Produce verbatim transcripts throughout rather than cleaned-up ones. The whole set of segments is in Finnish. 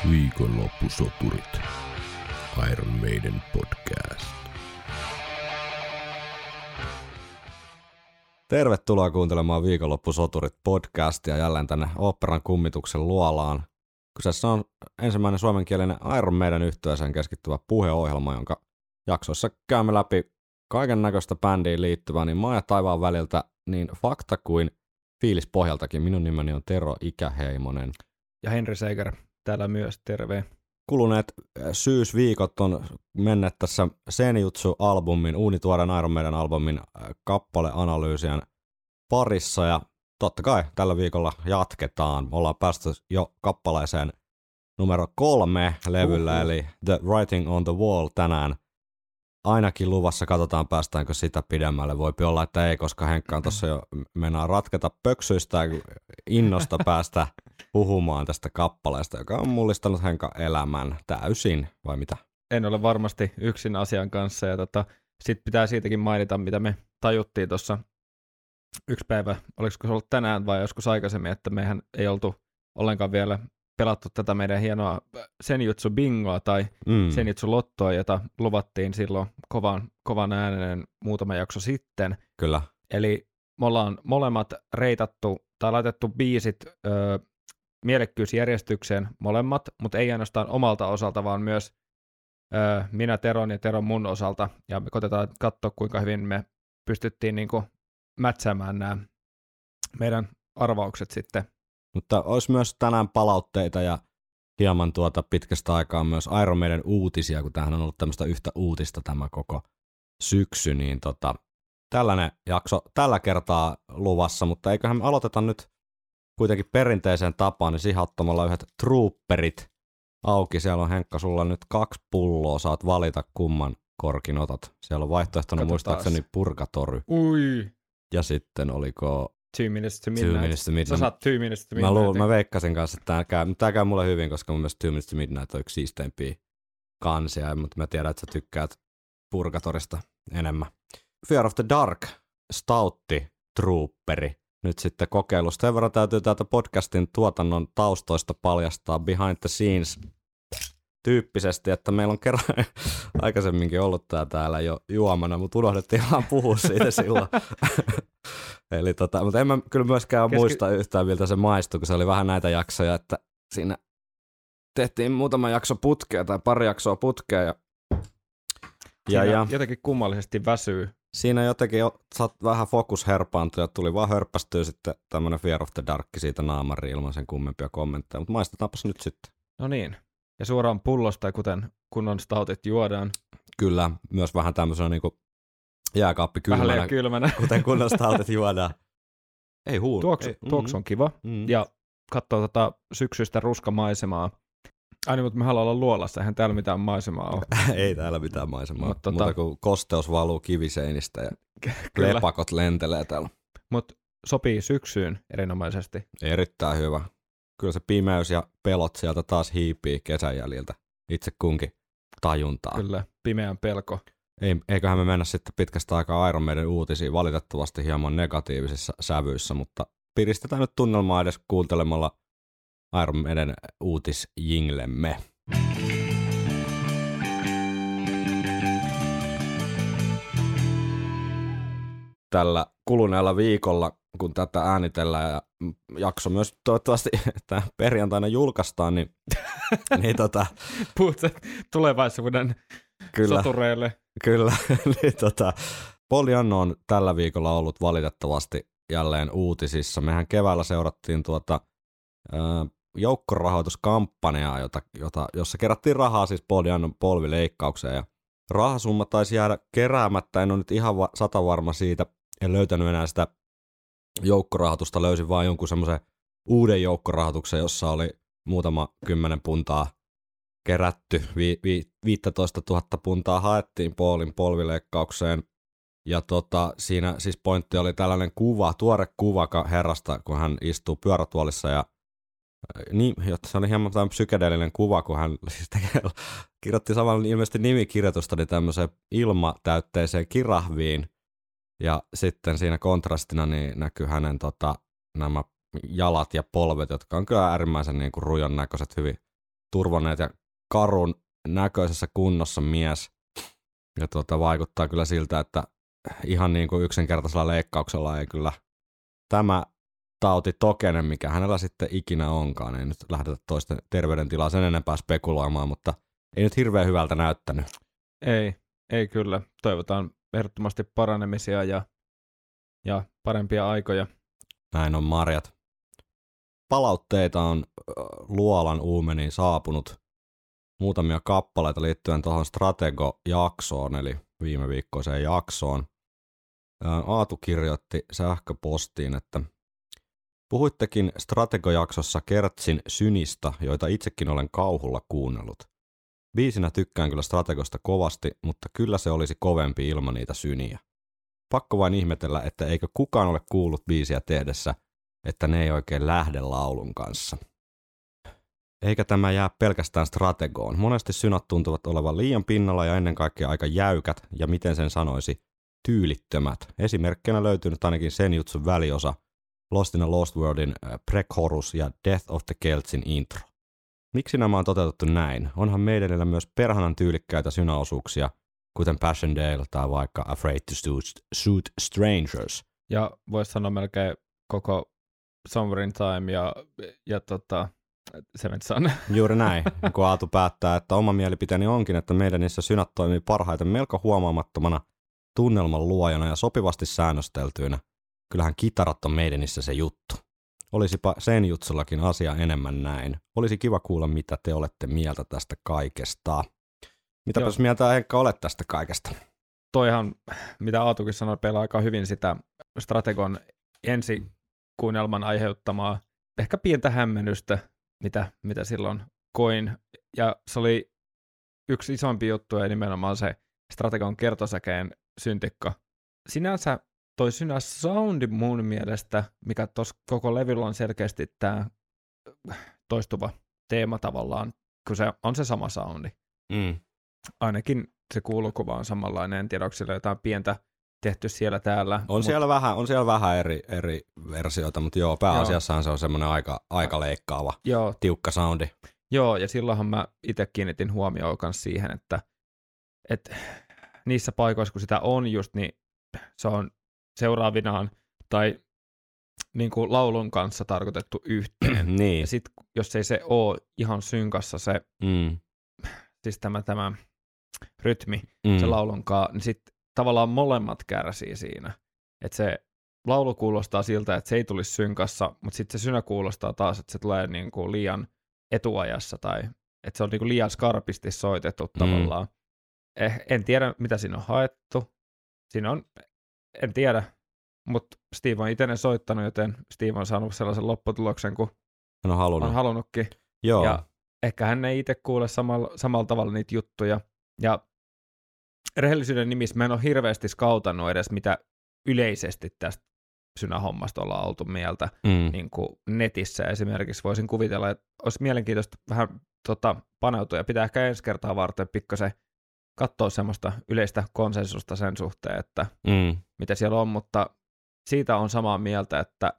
Viikonloppusoturit. Iron Maiden podcast. Tervetuloa kuuntelemaan Viikonloppusoturit podcastia jälleen tänne oopperan kummituksen luolaan. Kyseessä on ensimmäinen suomenkielinen Iron Maiden yhtyeeseen keskittyvä puheohjelma, jonka jaksoissa käymme läpi kaiken näköistä bändiin liittyvää niin maa ja taivaan väliltä niin fakta kuin fiilispohjaltakin. Minun nimeni on Tero Ikäheimonen. Ja Henri Seiker täällä myös, terve. Kuluneet syysviikot on menneet tässä Senjutsu-albumin, uunituoren Iron Maiden albumin kappaleanalyysien parissa, ja totta kai tällä viikolla jatketaan. Ollaan päästy jo kappaleeseen numero kolme levyllä, uhuh. eli The Writing on the Wall tänään. Ainakin luvassa, katsotaan päästäänkö sitä pidemmälle. Voipi olla, että ei, koska Henkka on tuossa jo mennään ratketa pöksyistä ja innosta päästä puhumaan tästä kappaleesta, joka on mullistanut Henkan elämän täysin, vai mitä? En ole varmasti yksin asian kanssa, ja tota, sitten pitää siitäkin mainita, mitä me tajuttiin tuossa yksi päivä, oliko se ollut tänään vai joskus aikaisemmin, että mehän ei oltu ollenkaan vielä pelattu tätä meidän hienoa Senjutsu bingoa tai mm. Senjutsu lottoa, jota luvattiin silloin kovan, kovan äänenen muutama jakso sitten. Kyllä. Eli me ollaan molemmat reitattu tai laitettu biisit ö, mielekkyysjärjestykseen molemmat, mutta ei ainoastaan omalta osalta, vaan myös ö, minä Teron ja Teron mun osalta. Ja me koitetaan katsoa, kuinka hyvin me pystyttiin niinku mätsäämään nämä meidän arvaukset sitten. Mutta olisi myös tänään palautteita ja hieman tuota pitkästä aikaa myös Iron Maiden uutisia, kun tämähän on ollut tämmöistä yhtä uutista tämä koko syksy, niin tota, tällainen jakso tällä kertaa luvassa, mutta eiköhän me aloiteta nyt kuitenkin perinteiseen tapaan, niin sihauttamalla yhdet trooperit auki. Siellä on, Henkka, sulla nyt kaksi pulloa, saat valita kumman korkin otat. Siellä on vaihtoehtona Kato muistaakseni taas. Purgatory. Ui. Ja sitten oliko Two minutes to midnight. Two minutes to midnight. Sä saat two minutes to Mä, midnight. luul, mä veikkasin kanssa, että tää käy, tää käy mulle hyvin, koska mun mielestä Two minutes to midnight on yksi siisteimpiä kansia, mutta mä tiedän, että sä tykkäät Purgatorista enemmän. Fear of the Dark, stoutti trooperi. Nyt sitten kokeilusta. Sen verran täytyy täältä podcastin tuotannon taustoista paljastaa behind the scenes tyyppisesti, että meillä on kerran aikaisemminkin ollut tää täällä jo juomana, mutta unohdettiin vaan puhua siitä silloin. Eli tota, mutta en mä kyllä myöskään Keski... muista yhtään, miltä se maistui, kun se oli vähän näitä jaksoja, että siinä tehtiin muutama jakso putkea tai pari jaksoa putkea. Ja, ja, ja jotenkin kummallisesti väsyy. Siinä jotenkin saat vähän fokus herpaantui ja tuli vaan hörpästyä sitten tämmönen Fear of the Dark siitä naamariin ilman sen kummempia kommentteja, mutta maistetaanpas nyt sitten. No niin, ja suoraan pullosta, kuten kunnon stoutit juodaan. Kyllä, myös vähän tämmöisenä niinku jääkaappi kylmänä, vähän kylmänä. kuten kunnon stoutit juodaan. Ei huun. Tuoksu, ei, tuoksu on kiva, mm. ja katsoo tota syksyistä ruskamaisemaa. Aina, mutta me haluaa olla luolassa, eihän täällä mitään maisemaa ole. Ei täällä mitään maisemaa, Mut, tota... mutta kun kosteus valuu kiviseinistä ja lepakot lentelee täällä. Mutta sopii syksyyn erinomaisesti. Erittäin hyvä. Kyllä se pimeys ja pelot sieltä taas hiipii kesän jäljiltä itse kunkin tajuntaa. Kyllä, pimeän pelko. Ei, eiköhän me mennä sitten pitkästä aikaa Iron Maiden uutisiin, valitettavasti hieman negatiivisissa sävyissä, mutta piristetään nyt tunnelmaa edes kuuntelemalla Iron Maiden uutisjinglemme. Tällä kuluneella viikolla, kun tätä äänitellään ja jakso myös toivottavasti että perjantaina julkaistaan, niin, niin tota... Puhutaan tulevaisuuden kyllä, sotureille. Kyllä, niin tota... Paul Di'Anno on tällä viikolla ollut valitettavasti jälleen uutisissa. Mehän keväällä seurattiin tuota... Ää, joukkorahoituskampanjaa, jota, jota, jossa kerättiin rahaa siis Paul Di'Annon polvileikkaukseen, ja rahasumma taisi jäädä keräämättä, en ole nyt ihan va- sata varma siitä, en löytänyt enää sitä joukkorahoitusta, löysin vaan jonkun semmoisen uuden joukkorahoituksen, jossa oli muutama kymmenen puntaa kerätty, vi- vi- viisitoista tuhatta puntaa haettiin Paulin polvileikkaukseen, ja tota, siinä siis pointti oli tällainen kuva, tuore kuva herrasta, kun hän istuu pyörätuolissa, ja niin, jotta se oli hieman tämmöinen psykedeellinen kuva, kun hän siis tekee, kirjoitti samalla ilmeisesti nimikirjoitusta niin tämmöiseen ilmatäytteiseen kirahviin, ja sitten siinä kontrastina niin näkyy hänen tota, nämä jalat ja polvet, jotka on kyllä äärimmäisen niin kuin rujon näköiset, hyvin turvonneet ja karun näköisessä kunnossa mies. Ja tuota, vaikuttaa kyllä siltä, että ihan niin kuin yksinkertaisella leikkauksella ei kyllä tämä tauti tokene, mikä hänellä sitten ikinä onkaan. Ei nyt lähdetä toisten terveydentilaa sen enempää spekuloimaan, mutta ei nyt hirveän hyvältä näyttänyt. Ei, ei kyllä. Toivotaan ehdottomasti paranemisia ja, ja parempia aikoja. Näin on marjat. Palautteita on Luolan uumeniin saapunut muutamia kappaleita liittyen tuohon Stratego-jaksoon, eli viime viikkoiseen jaksoon. Aatu kirjoitti sähköpostiin, että puhuittekin Stratego-jaksossa Kertsin synistä, joita itsekin olen kauhulla kuunnellut. Biisinä tykkään kyllä Strategosta kovasti, mutta kyllä se olisi kovempi ilman niitä syniä. Pakko vain ihmetellä, että eikö kukaan ole kuullut biisiä tehdessä, että ne ei oikein lähde laulun kanssa. Eikä tämä jää pelkästään Strategoon. Monesti synat tuntuvat olevan liian pinnalla ja ennen kaikkea aika jäykät ja miten sen sanoisi, tyylittömät. Esimerkkinä löytynyt ainakin Senjutsun väliosa, Lost in a Lost Worldin pre-chorus ja Death of the Celtsin intro. Miksi nämä on toteutettu näin? Onhan meidänillä myös perhanan tyylikkäitä synäosuuksia, kuten Passchendaele tai vaikka Afraid to Shoot Strangers. Ja voisi sanoa melkein koko Somewhere in Time ja, ja tota, Seventh Son. Juuri näin, kun Aatu päättää, että oma mielipiteeni onkin, että meidän niissä synät toimii parhaiten melko huomaamattomana tunnelman luojana ja sopivasti säännösteltyinä. Kyllähän kitarat on meidän niissä se juttu. Olisipa Senjutsullakin asia enemmän näin. Olisi kiva kuulla, mitä te olette mieltä tästä kaikesta. Mitäpäs mieltä Henkka olet tästä kaikesta? Toihan, mitä Aatukin sanoi, pelaa aika hyvin sitä Strategon ensikuunnelman aiheuttamaa ehkä pientä hämmennystä, mitä, mitä silloin koin. Ja se oli yksi isompi juttu ja nimenomaan se Strategon kertosäkeen syntikka. Sinänsä toi synä soundi mun mielestä, mikä tuossa koko levyllä on selkeästi tämä toistuva teema tavallaan, kun se on se sama soundi. Mm. Ainakin se kuulukuva on samanlainen, en tiedä, onko siellä jotain pientä tehty siellä täällä. On, mut... siellä, vähän, on siellä vähän eri, eri versioita, mutta joo, pääasiassahan joo. Se on semmoinen aika, aika leikkaava, joo. tiukka soundi. Joo, ja silloinhan mä itse kiinnitin huomioon myös siihen, että, että niissä paikoissa, kun sitä on just, niin se on seuraavinaan tai niin kuin laulun kanssa tarkoitettu yhteen. Niin. Ja sitten jos ei se ole ihan synkassa se, mm. siis tämä, tämä rytmi, mm. se laulunkaan, niin sitten tavallaan molemmat kärsii siinä. Että se laulu kuulostaa siltä, että se ei tulisi synkassa, mutta sitten se synä kuulostaa taas, että se tulee niin kuin liian etuajassa tai että se on niin kuin liian skarpisti soitettu mm. tavallaan. Eh, en tiedä, mitä siinä on haettu. Siinä on, en tiedä, mutta Steve on itse soittanut, joten Steve on saanut sellaisen lopputuloksen, kun hän on halunnut. on halunnutkin. Joo. Ja ehkä hän ei itse kuule samalla, samalla tavalla niitä juttuja. Ja rehellisyyden nimissä mä en ole hirveästi skautannut edes, mitä yleisesti tästä synähommasta ollaan oltu mieltä mm. niin kuin netissä. Esimerkiksi voisin kuvitella, että olisi mielenkiintoista vähän tota, paneutua ja pitää ehkä ensi kertaa varten pikkasen katsoa semmoista yleistä konsensusta sen suhteen, että mm. mitä siellä on, mutta siitä on samaa mieltä, että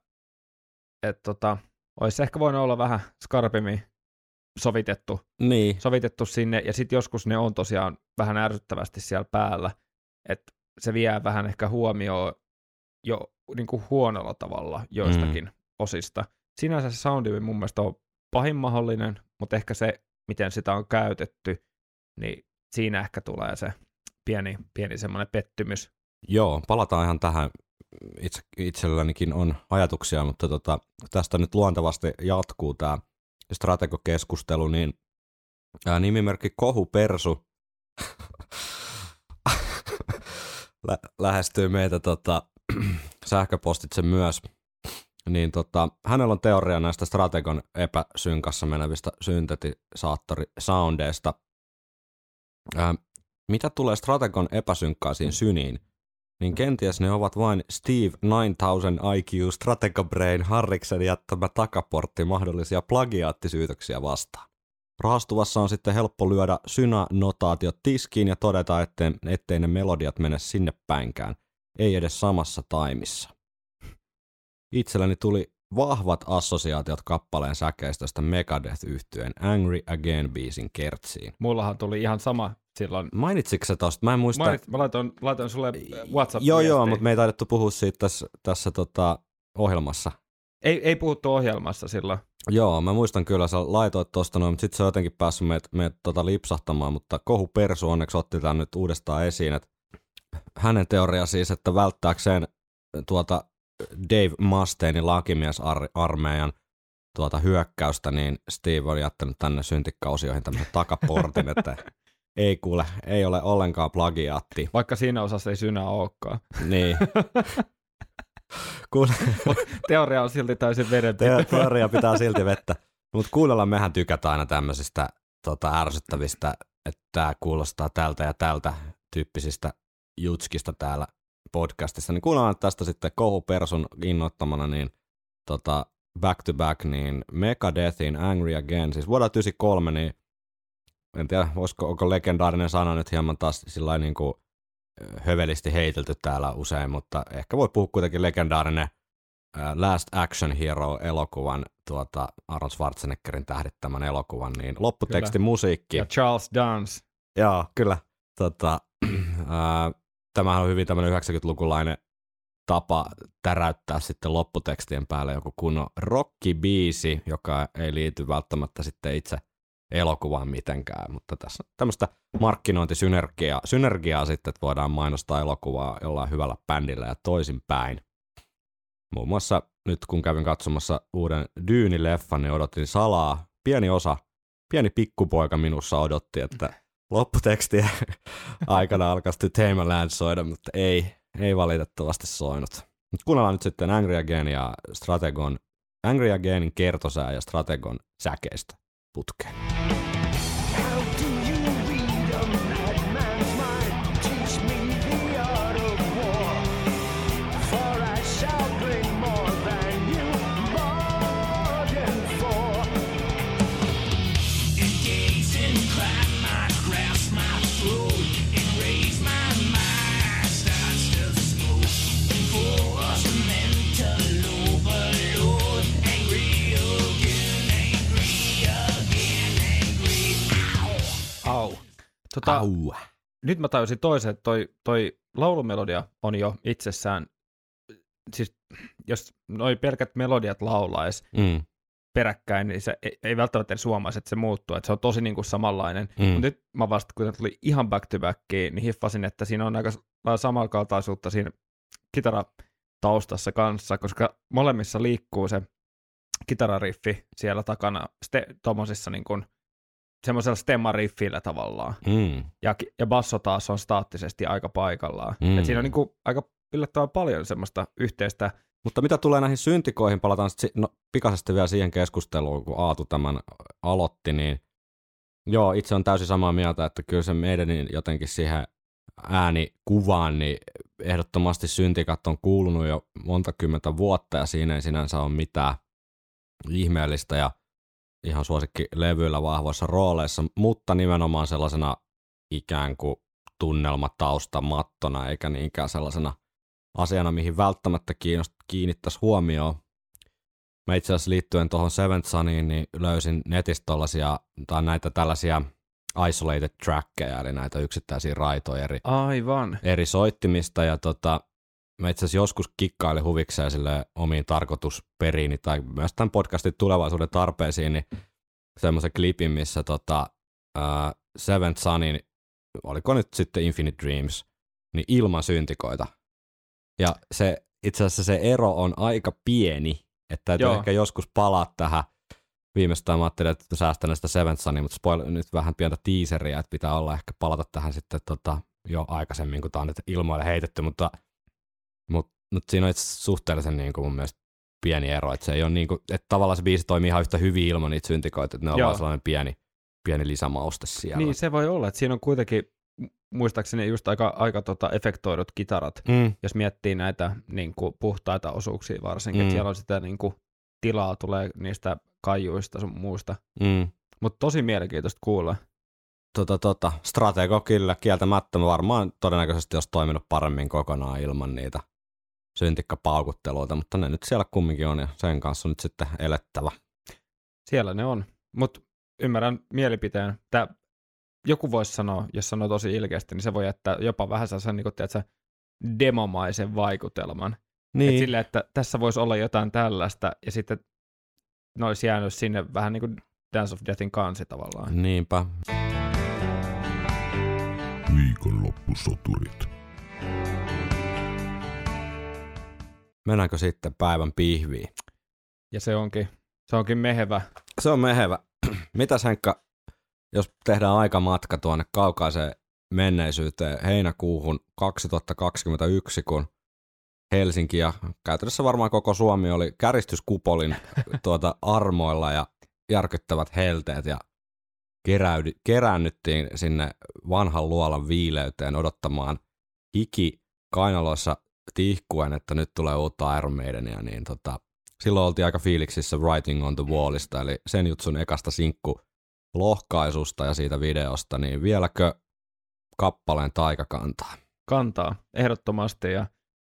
et, tota, olisi ehkä voinut olla vähän skarpimmin sovitettu, niin. sovitettu sinne, ja sitten joskus ne on tosiaan vähän ärsyttävästi siellä päällä, että se vie vähän ehkä huomioon jo niin kuin huonolla tavalla joistakin mm. osista. Sinänsä se soundi mun mielestä on pahin mahdollinen, mutta ehkä se, miten sitä on käytetty, niin siinä ehkä tulee se pieni, pieni semmoinen pettymys. Joo, palataan ihan tähän. Itse, itsellänikin on ajatuksia, mutta tota, tästä nyt luontevasti jatkuu tämä Stratego-keskustelu, niin ää, nimimerkki Kohu Persu Lä- lähestyy meitä tota, sähköpostitse myös. Niin tota, hänellä on teoria näistä Strategon epäsynkassa menevistä syntetisaattorisoundeista. Ää, mitä tulee Strategon epäsynkkaisiin syniin, niin kenties ne ovat vain Steve yhdeksäntuhatta I Q Stratego Brain Harriksen jättämä takaportti mahdollisia plagiaattisyytöksiä vastaan. Rahastuvassa on sitten helppo lyödä synanotaatiot tiskiin ja todeta, ettei, ettei ne melodiat mene sinne päinkään, ei edes samassa taimissa. Itselläni tuli vahvat assosiaatiot kappaleen säkeistöstä Megadeth-yhtyeen Angry Again-biisin kertsiin. Mullahan tuli ihan sama silloin. Mainitsitko sä tosta? Mä en muista. Mainit, mä laitoin, laitoin sulle WhatsApp-viestiin. Joo, joo, mutta me ei taidettu puhua siitä tässä, tässä tota, ohjelmassa. Ei, ei puhuttu ohjelmassa silloin. Joo, mä muistan kyllä, sä laitoit tosta noin, mutta sit se on jotenkin päässyt meidät, meidät tota lipsahtamaan, mutta Kohu Persu onneksi otti tämän nyt uudestaan esiin, että hänen teoria siis, että välttääkseen tuota Dave Mustainin lakimiesarmeijan tuota hyökkäystä, niin Steve on jättänyt tänne syntikkausioihin tämmöisen takaportin, että ei kuule, ei ole ollenkaan plagiaatti. Vaikka siinä osassa ei synää olekaan. Niin. Kuule. Teoria on silti täysin vedenpito. Teoria pitää silti vettä. Mutta kuunnellaan, mehän tykätään aina tämmöisistä tota, ärsyttävistä, että tämä kuulostaa tältä ja tältä tyyppisistä jutskista täällä podcastissa. Niin kuunnellaan tästä sitten Kohu Persun innoittamana, niin tota, back to back, niin Megadethin Angry Again, siis vuodelta yhdeksänkymmentäkolme, niin en tiedä, voisiko, onko legendaarinen sana nyt hieman taas sillä niin kuin hövelisti heitelty täällä usein, mutta ehkä voi puhua kuitenkin legendaarinen Last Action Hero-elokuvan, tuota Arnold Schwarzeneggerin tähdittämän elokuvan, niin lopputeksti Kyllä. musiikki. Ja Charles Dance. Joo, kyllä. Tota, ää, tämähän on hyvin tämmöinen yhdeksänkymmentälukulainen tapa täräyttää sitten lopputekstien päälle joku kunnon rockibiisi, joka ei liity välttämättä sitten itse elokuvaan mitenkään, mutta tässä on tämmöistä markkinointisynergiaa synergiaa sitten, että voidaan mainostaa elokuvaa jollain hyvällä bändillä ja toisinpäin. Muun muassa nyt kun kävin katsomassa uuden Dune-leffan, niin odotin salaa. Pieni osa, pieni pikkupoika minussa odotti, että lopputekstiä aikana alkaisi To Tame a Land soida, mutta ei, ei valitettavasti soinut. Mutta kuunnellaan nyt sitten Angry Again ja Strategon, Angry Againin kertosää ja Strategon säkeistä putkeen. Au. Tota, Au. Nyt mä tajusin toisen, että toi, toi laulumelodia on jo itsessään, siis jos noi pelkät melodiat laulaisi Mm. peräkkäin, niin se ei, ei välttämättä edes huomaisi, että se muuttuu, että se on tosi niin kuin samanlainen. Mm. Mutta nyt mä vasta, kun tuli ihan back to backiin, niin hiffasin, että siinä on aika samankaltaisuutta siinä kitarataustassa kanssa, koska molemmissa liikkuu se kitarariffi siellä takana ste- tommosissa niin kuin semmoisella stemma-riffillä tavallaan. Mm. Ja, ja basso taas on staattisesti aika paikallaan. Mm. Et siinä on niin kuin aika yllättävän paljon semmoista yhteistä. Mutta mitä tulee näihin syntikoihin, palataan sit, no, pikaisesti vielä siihen keskusteluun, kun Aatu tämän aloitti, niin joo, itse on täysin samaa mieltä, että kyllä se meidän jotenkin siihen äänikuvaan, niin ehdottomasti syntikat on kuulunut jo monta kymmentä vuotta, ja siinä ei sinänsä ole mitään ihmeellistä, ja ihan suosikkilevyillä vahvoissa rooleissa, mutta nimenomaan sellaisena ikään kuin tunnelmataustamattona, eikä niinkään sellaisena asiana, mihin välttämättä kiinnittäisi huomioon. Mä itse asiassa liittyen tuohon Seventh Soniin, niin löysin netistä tollaisia, tai näitä tällaisia isolated trackeja, eli näitä yksittäisiä raitoja eri, Aivan. eri soittimista, ja tota, mä itse asiassa joskus kikkailin huvikseen sille omiin tarkoitusperiini, tai myös tämän podcastin tulevaisuuden tarpeisiin, niin semmoisen klipin, missä tota, uh, Seventh Sonin, oliko nyt sitten Infinite Dreams, niin ilman syntikoita. Ja se, itse asiassa se ero on aika pieni, että täytyy Joo. ehkä joskus palaa tähän. Viimeistään mä ajattelin, että säästän sitä Seventh Sonia, mutta spoil, nyt vähän pientä teaseria, että pitää olla ehkä palata tähän sitten tota, jo aikaisemmin, kun tää on nyt ilmoille heitetty, mutta, mutta, mutta siinä on itse suhteellisen niin kuin mun mielestä pieni ero, että se ei ole niin kuin, että tavallaan se biisi toimii ihan yhtä hyvin ilman niitä syntikoita, että ne on Joo. vaan sellainen pieni, pieni lisämauste siellä. Niin se voi olla, että siinä on kuitenkin muistaakseni just aika, aika tota efektoidut kitarat, Mm. jos miettii näitä niin kuin puhtaita osuuksia varsinkin, Mm. että siellä on sitä niin kuin tilaa tulee niistä kaijuista sun muusta. Mm. Mutta tosi mielenkiintoista kuulla. Tota, tota, Stratego kyllä kieltämättä varmaan todennäköisesti olisi toiminut paremmin kokonaan ilman niitä syntikkapaukutteluita, mutta ne nyt siellä kumminkin on ja sen kanssa on nyt sitten elettävä. Siellä ne on, mutta ymmärrän mielipiteen. Tää, joku voisi sanoa, jos sanoo tosi ilkeästi, niin se voi jättää jopa vähän sellaisen niin kuin, tiedätkö, demomaisen vaikutelman. Niin. Et sille, että tässä voisi olla jotain tällaista, ja sitten ne olisi jäänyt sinne vähän niin kuin Dance of Deathin kansi tavallaan. Niinpä. Viikonloppusoturit. Mennäänkö sitten päivän pihviin? Ja se onkin, se onkin mehevä. Se on mehevä. Mitäs Henkka, jos tehdään aikamatka tuonne kaukaiseen menneisyyteen heinäkuuhun kaksituhattakaksikymmentäyksi, kun Helsinki ja käytännössä varmaan koko Suomi oli käristyskupolin tuota armoilla ja järkyttävät helteet ja keräydy, keräännyttiin sinne vanhan luolan viileyteen odottamaan hiki kainaloissa tihkuen, että nyt tulee uutta Iron Maidenia, niin tota, silloin oltiin aika fiiliksissä Writing on the Wallista, eli sen jutsun ekasta sinkku lohkaisusta ja siitä videosta, niin vieläkö kappaleen taika kantaa? Kantaa, ehdottomasti, ja,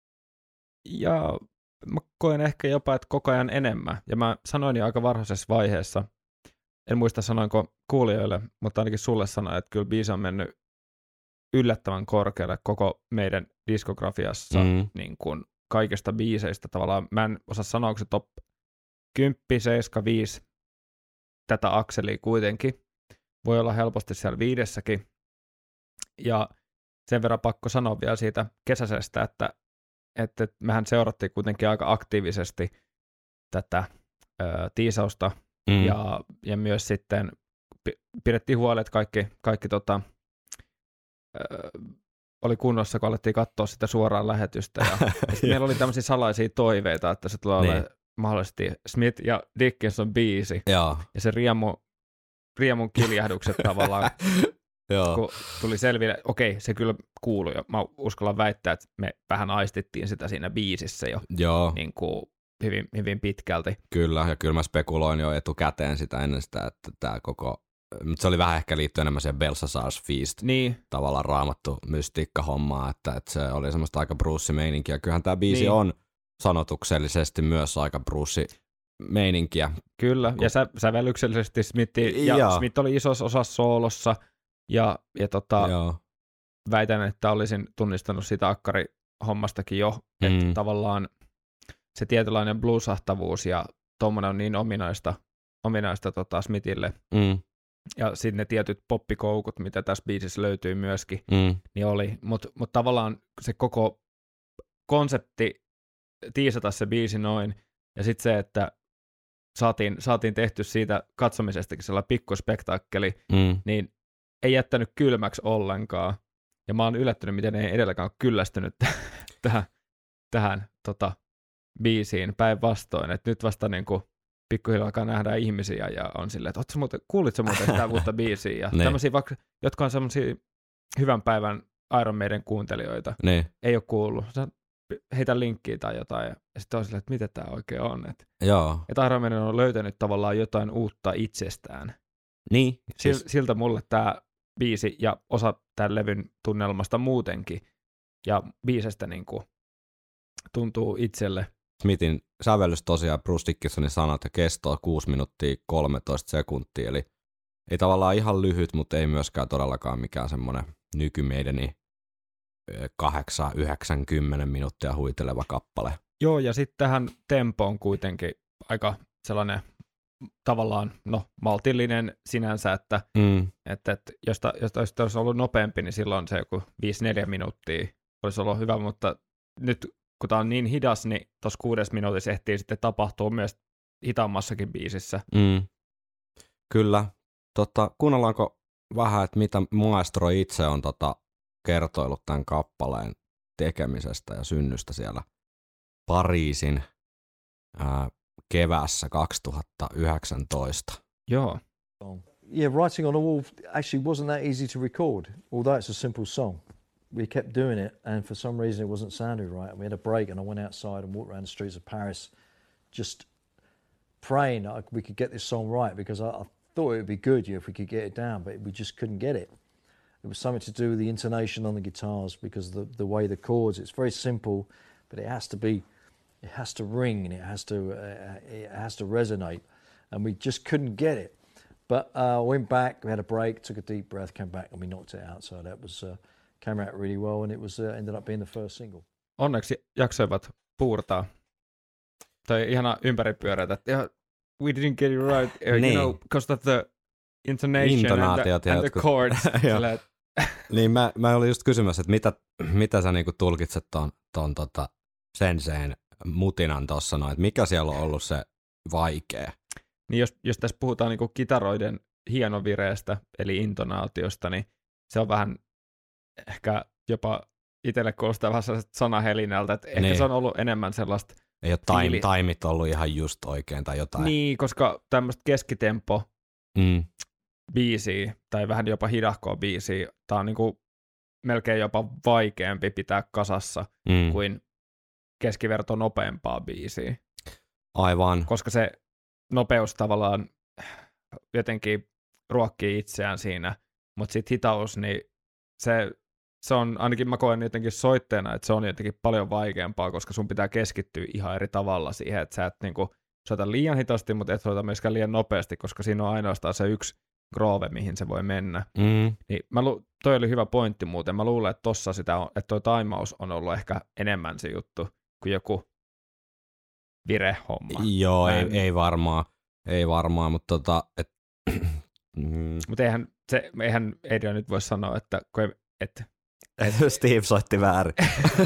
ja mä koen ehkä jopa, että koko ajan enemmän, ja mä sanoin jo aika varhaisessa vaiheessa, en muista sanoinko kuulijoille, mutta ainakin sulle sanoin, että kyllä biisi on mennyt yllättävän korkealle koko meidän diskografiassa mm. niin kuin kaikista biiseistä tavallaan. Mä en osaa sanoa, onko se top kymmenen, seitsemän, viisi tätä akselia kuitenkin. Voi olla helposti siellä viidessäkin. Ja sen verran pakko sanoa vielä siitä kesäisestä, että, että mehän seurattiin kuitenkin aika aktiivisesti tätä ö, tiisausta mm. ja, ja myös sitten pidettiin huoli, että kaikki, kaikki tota, ö, oli kunnossa, kun alettiin katsoa sitä suoraan lähetystä. Ja, ja meillä oli tämmöisiä salaisia toiveita, että se tulee niin. olemaan mahdollisesti Smith ja Dickinson biisi. Joo. Ja se riemu, riemun kiljahdukset tavallaan, kun tuli selville, okei, se kyllä kuului jo. Mä uskallan väittää, että me vähän aistittiin sitä siinä biisissä jo Joo. Niin kuin hyvin, hyvin pitkälti. Kyllä, ja kyllä mä spekuloin jo etukäteen sitä ennen sitä, että tämä koko, mutta se oli vähän ehkä liittyen enemmän siihen Belshazzar's Feast niin. tavallaan raamattu mystiikka-hommaa, että, että se oli semmoista aika Bruce-meininkiä. Kyllähän tämä biisi niin. on sanotuksellisesti myös aika Bruce-meininkiä. Kyllä, kun... ja sä, sävellyksellisesti Smith, ja ja Smith oli isossa osassa soolossa, ja, ja tota, väitän, että olisin tunnistanut sitä akkarihommastakin jo, mm. että tavallaan se tietynlainen bluesahtavuus ja tuommoinen on niin ominaista, ominaista tota Smithille. Mm. Ja sitten ne tietyt poppikoukut, mitä tässä biisissä löytyy myöskin, mm. niin oli. Mutta mut tavallaan se koko konsepti tiisata se biisi noin, ja sitten se, että saatiin, saatiin tehty siitä katsomisestakin sellainen pikkuspektaakkeli, mm. niin ei jättänyt kylmäksi ollenkaan. Ja mä oon yllättynyt, miten ei edelläkään ole kyllästynyt tähän, tähän tota, biisiin päinvastoin. Että nyt vasta niin kuin pikkuhiljaa alkaa nähdä ihmisiä ja on silleen, että muuten, kuulitko muuten sitä uutta biisiä? Ja tämmöisiä, vaikka, jotka on semmoisia hyvän päivän Iron Maiden kuuntelijoita. Ne. Ei ole kuullut. Heitä linkkiä tai jotain. Ja sitten on silleen, että mitä tämä oikein on. Että, Joo. että Iron Maiden on löytänyt tavallaan jotain uutta itsestään. Niin. Siis... Siltä mulle tämä biisi ja osa tämän levyn tunnelmasta muutenkin ja biisestä niin kuin tuntuu itselle. Smithin sävellys tosiaan Bruce Dickinsonin sanat ja kestoa kuusi minuuttia kolmetoista sekuntia, eli ei tavallaan ihan lyhyt, mutta ei myöskään todellakaan mikään semmoinen nykymeideni kahdeksan yhdeksänkymmentä minuuttia huiteleva kappale. Joo, ja sitten tähän tempo on kuitenkin aika sellainen tavallaan no, maltillinen sinänsä, että, mm. että, että jos, ta, jos olisi ollut nopeampi, niin silloin se joku viisi neljä minuuttia olisi ollut hyvä, mutta nyt kun tämä on niin hidas, niin tuossa kuudes minuutissa ehtii sitten tapahtua myös hitaammassakin biisissä. Mm. Kyllä. Tota, kuunnellaanko vähän, että mitä maestro itse on tota, kertoillut tämän kappaleen tekemisestä ja synnystä siellä Pariisin ää, keväässä kaksituhattayhdeksäntoista. Joo. Yeah, Writing on the Wall actually wasn't that easy to record, although it's a simple song. We kept doing it, and for some reason it wasn't sounding right. And we had a break, and I went outside and walked around the streets of Paris, just praying that we could get this song right, because I, I thought it would be good yeah, if we could get it down, but we just couldn't get it. It was something to do with the intonation on the guitars, because the the way the chords, it's very simple, but it has to be, it has to ring and it has to, uh, it has to resonate, and we just couldn't get it. But uh, went back, we had a break, took a deep breath, came back, and we knocked it out. So that was uh, came out really well, and it was uh, ended up being the first single. Onneksi jaksoivat puurtaa. Toi ihana ympäripyöreitä. Yeah, we didn't get it right, uh, niin. you know, because of the intonation and the, and the chords. Niin mä, mä olin just kysymässä, että mitä, mitä sä niinku tulkitset ton, ton tota Senseen mutinan tossa noin, että mikä siellä on ollut se vaikea? Niin jos, jos tässä puhutaan niinku kitaroiden hienovireestä, eli intonaatiosta, niin se on vähän ehkä jopa itselle kuulostaa vähän sellaiset sanahelinältä, että ehkä niin. Se on ollut enemmän sellaista ei ole time, timeit ollut ihan just oikein tai jotain. Niin, koska tämmöistä keskitempo mm. biisiä tai vähän jopa hidahkoa biisiä, tää on niinku melkein jopa vaikeampi pitää kasassa mm. kuin keskiverto nopeampaa biisiä. Aivan. Koska se nopeus tavallaan jotenkin ruokkii itseään siinä, mutta sitten hitaus, niin se, se on, ainakin mä koen jotenkin soitteena, että se on jotenkin paljon vaikeampaa, koska sun pitää keskittyä ihan eri tavalla siihen, että sä et niinku soita liian hitaasti, mutta et soita myöskään liian nopeasti, koska siinä on ainoastaan se yksi groove, mihin se voi mennä. Mm. Niin mä lu- toi oli hyvä pointti muuten. Mä luulen, että tossa sitä on, että toi timeout on ollut ehkä enemmän se juttu kuin joku virehomma. Joo, ei, ei varmaan, ei varmaan, mutta tota, et, mm. Mut eihän, se, eihän Adrian nyt voi sanoa, että et, et, Steve soitti väärin.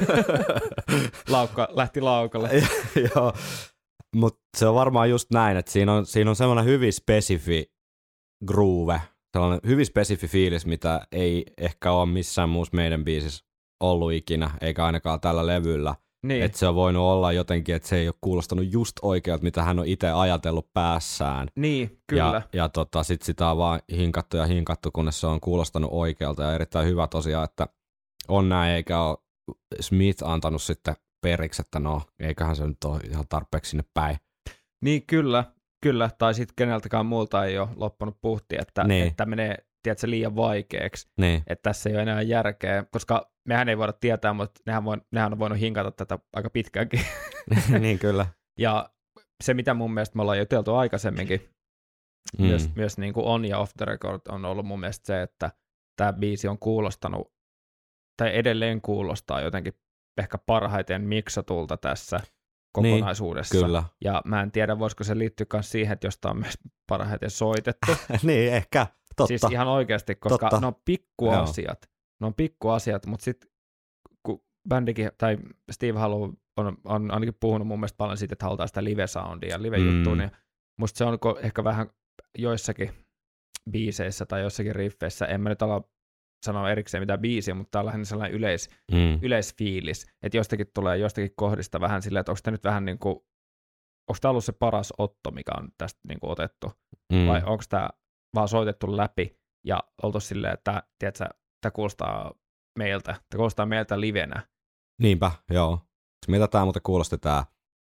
Laukka, lähti laukalle. Joo, mutta se on varmaan just näin, että siinä on, siinä on semmoinen hyvin spesifi groove, sellainen hyvin spesifi fiilis, mitä ei ehkä ole missään muussa meidän biisissä ollut ikinä, eikä ainakaan tällä levyllä. Niin. Että se on voinut olla jotenkin, että se ei ole kuulostanut just oikealta, mitä hän on itse ajatellut päässään. Niin, kyllä. Ja, ja tota, sit sitä on vaan hinkattu ja hinkattu, kunnes se on kuulostanut oikealta. Ja erittäin hyvä tosiaan, että on näin, eikä ole Smith antanut sitten periksi, että no, eiköhän se nyt ole ihan tarpeeksi sinne päin. Niin, kyllä, kyllä. Tai sitten keneltäkään muulta ei ole loppunut puhti, että, niin. että menee, tiedätkö, liian vaikeaksi. Niin. Että tässä ei ole enää järkeä, koska mehän ei voida tietää, mutta nehän, voi, nehän on voinut hinkata tätä aika pitkäänkin. Niin, kyllä. Ja se, mitä mun mielestä me ollaan juteltu aikaisemminkin, mm. myös, myös niin kuin on ja off the record, on ollut mun mielestä se, että tämä biisi on kuulostanut, tai edelleen kuulostaa jotenkin ehkä parhaiten miksatulta tässä kokonaisuudessa. Niin, kyllä. Ja mä en tiedä, voisiko se liittyä myös siihen, että josta on myös parhaiten soitettu. Niin, ehkä. Totta. Siis ihan oikeasti, koska Totta. ne on pikkuasiat. Joo. Ne on pikkuasiat, mutta sitten kun bändikin, tai Steve Hallow on, on ainakin puhunut mun mielestä paljon siitä, että halutaan sitä live-soundia ja live-juttua, mm. niin musta se on ehkä vähän joissakin biiseissä tai joissakin riffeissä, en mä nyt ala sanoa erikseen mitään biisiä, mutta tää on lähinnä sellainen yleis, mm. yleisfiilis, että jostakin tulee jostakin kohdista vähän silleen, että onko tämä nyt vähän niin kuin, onko tämä ollut se paras otto, mikä on tästä niin kuin otettu, mm. vai onko tämä vaan soitettu läpi ja oltu silleen, että tiedätkö, tämä kuulostaa meiltä, tämä kuulostaa meiltä livenä. Niinpä, joo. Mitä tämä muuten kuulosti tämä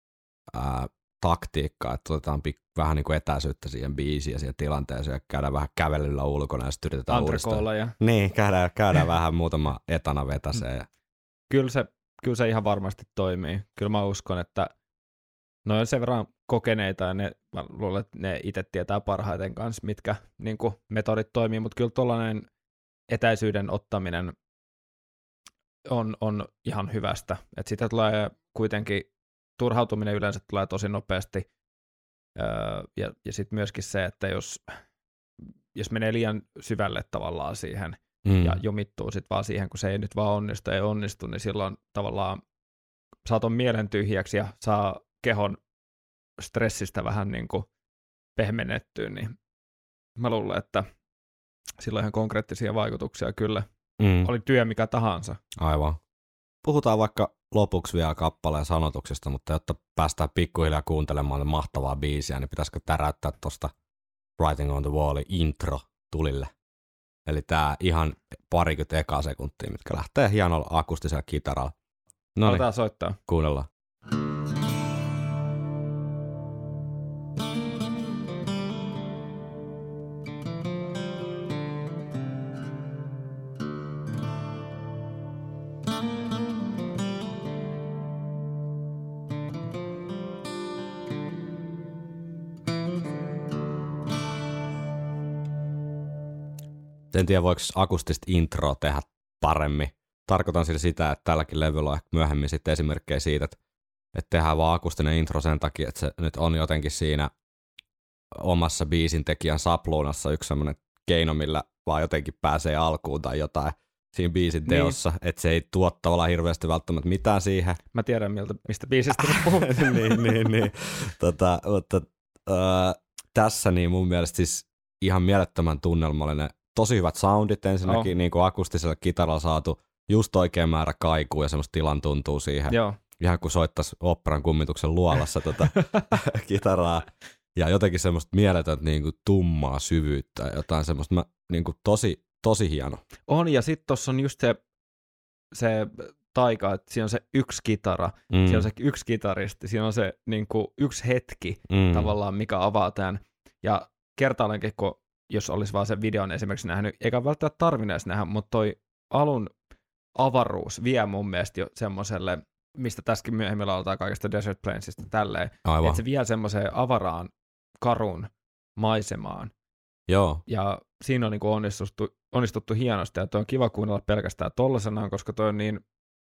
ää, taktiikka, että otetaan pik- vähän niin kuin etäisyyttä siihen biisiin ja siihen tilanteeseen ja käydään vähän kävelyllä ulkona ja sitten yritetään uudestaan. Ja... Niin, käydään, käydään vähän muutama etana vetäseen. Ja... Kyllä, se, kyllä se ihan varmasti toimii. Kyllä mä uskon, että ne on sen verran kokeneita ja ne, mä luulen, että ne itse tietää parhaiten kanssa, mitkä niin kuin metodit toimii, mutta kyllä tuollainen etäisyyden ottaminen on, on ihan hyvästä. Että siitä tulee kuitenkin, turhautuminen yleensä tulee tosi nopeasti öö, ja, ja sitten myöskin se, että jos, jos menee liian syvälle tavallaan siihen mm. ja jumittuu sitten vaan siihen, kun se ei nyt vaan onnistu, ei onnistu, niin silloin tavallaan saa ton mielen tyhjäksi ja saa kehon stressistä vähän niin kuin pehmennettyä, niin mä luulen, että sillä on ihan konkreettisia vaikutuksia kyllä. Mm. Oli työ mikä tahansa. Aivan. Puhutaan vaikka lopuksi vielä kappaleen sanotuksesta, mutta jotta päästään pikkuhiljaa kuuntelemaan mahtavaa biisiä, niin pitäisikö täräyttää tuosta Writing on the Wallin intro tulille. Eli tää ihan parikymmentä ekaa sekuntia, mitkä lähtee hienolla akustisella kitaralla. No Aletaan soittaa. Kuunnellaan. En tiedä, voiko akustista introa tehdä paremmin. Tarkoitan sillä sitä, että tälläkin levyllä on ehkä myöhemmin sitten esimerkkejä siitä, että, että tehdään vaan akustinen intro sen takia, että se nyt on jotenkin siinä omassa biisintekijän sapluunassa yksi semmoinen keino, millä vaan jotenkin pääsee alkuun tai jotain siinä biisin teossa, niin. Että se ei tuo tavallaan hirveästi välttämättä mitään siihen. Mä tiedän, miltä, mistä biisistä puhuu. niin, niin, niin. Tota, mutta äh, tässä niin mun mielestä siis ihan mielettömän tunnelmallinen, tosi hyvät soundit ensinnäkin, oh. niin kuin akustisella kitaralla saatu just oikea määrä kaikuu ja semmoista tilan tuntuu siihen. Joo. Ihan kuin soittaisi oopperan kummituksen luolassa tota kitaraa. Ja jotenkin semmoista mieletöntä niin kuin tummaa syvyyttä, jotain semmoista mä, niin kuin tosi, tosi hieno. On, ja sitten tuossa on just se, se taika, että siinä on se yksi kitara, mm. siinä on se yksi kitaristi, siinä on se niin kuin yksi hetki mm. tavallaan, mikä avaa tämän. Ja kertaallenkin, kun jos olisi vaan sen videon esimerkiksi nähnyt, eikä välttämättä tarvinneesi nähdä, mutta toi alun avaruus vie mun mielestä jo semmoiselle, mistä tässäkin myöhemmin lauletaan kaikesta Desert Plainsista tälleen, että se vie semmoiseen avaraan karun maisemaan. Joo. Ja siinä on niin kuin onnistuttu, onnistuttu hienosti, ja toi on kiva kuunnella pelkästään tollasenaan, koska toi on niin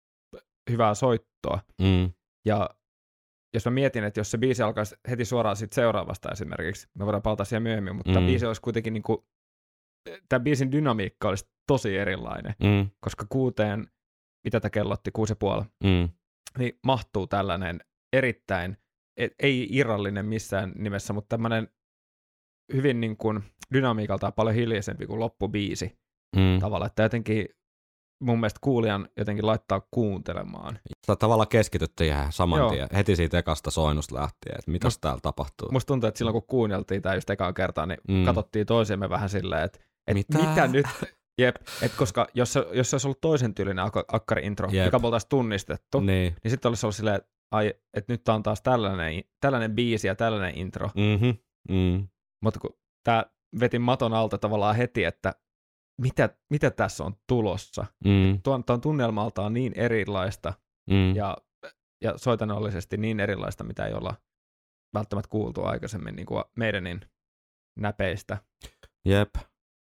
hyvää soittoa. Mm. Ja jos mä mietin, että jos se biisi alkaisi heti suoraan siitä seuraavasta esimerkiksi, me voidaan palata siihen myöhemmin, mutta mm. tämä biisi olisi kuitenkin niin kuin, tämän biisin dynamiikka olisi tosi erilainen, mm. koska kuuteen, mitä tämä kellotti, kuusi ja puoli, mm. niin mahtuu tällainen erittäin, ei irrallinen missään nimessä, mutta tämmöinen hyvin niin kuin dynamiikaltaan paljon hiljaisempi kuin loppubiisi mm. tavallaan, että jotenkin mun mielestä kuulijan jotenkin laittaa kuuntelemaan. Sitä tavallaan keskityttiin ihan saman Joo. tien, heti siitä ekasta soinnusta lähtien, että mitäs täällä tapahtuu. Musta tuntuu, että silloin kun kuunneltiin tämä just ekaa kertaa, niin mm. katsottiin toisemme vähän silleen, että et mitä? mitä nyt? Jep, että koska jos se, jos se olisi ollut toisen tyylinen ak- akkari-intro, Jep. mikä me oltaisiin tunnistettu, niin, niin sitten olisi ollut silleen, että ai, että nyt on taas tällainen, tällainen biisi ja tällainen intro. Mm-hmm. Mm. Mutta kun tämä veti maton alta tavallaan heti, että mitä, mitä tässä on tulossa. Mm. Tuon, tuon tunnelmalta on niin erilaista mm. ja, ja soitanollisesti niin erilaista, mitä ei olla välttämättä kuultu aikaisemmin niin kuin meidänin näpeistä. Jep.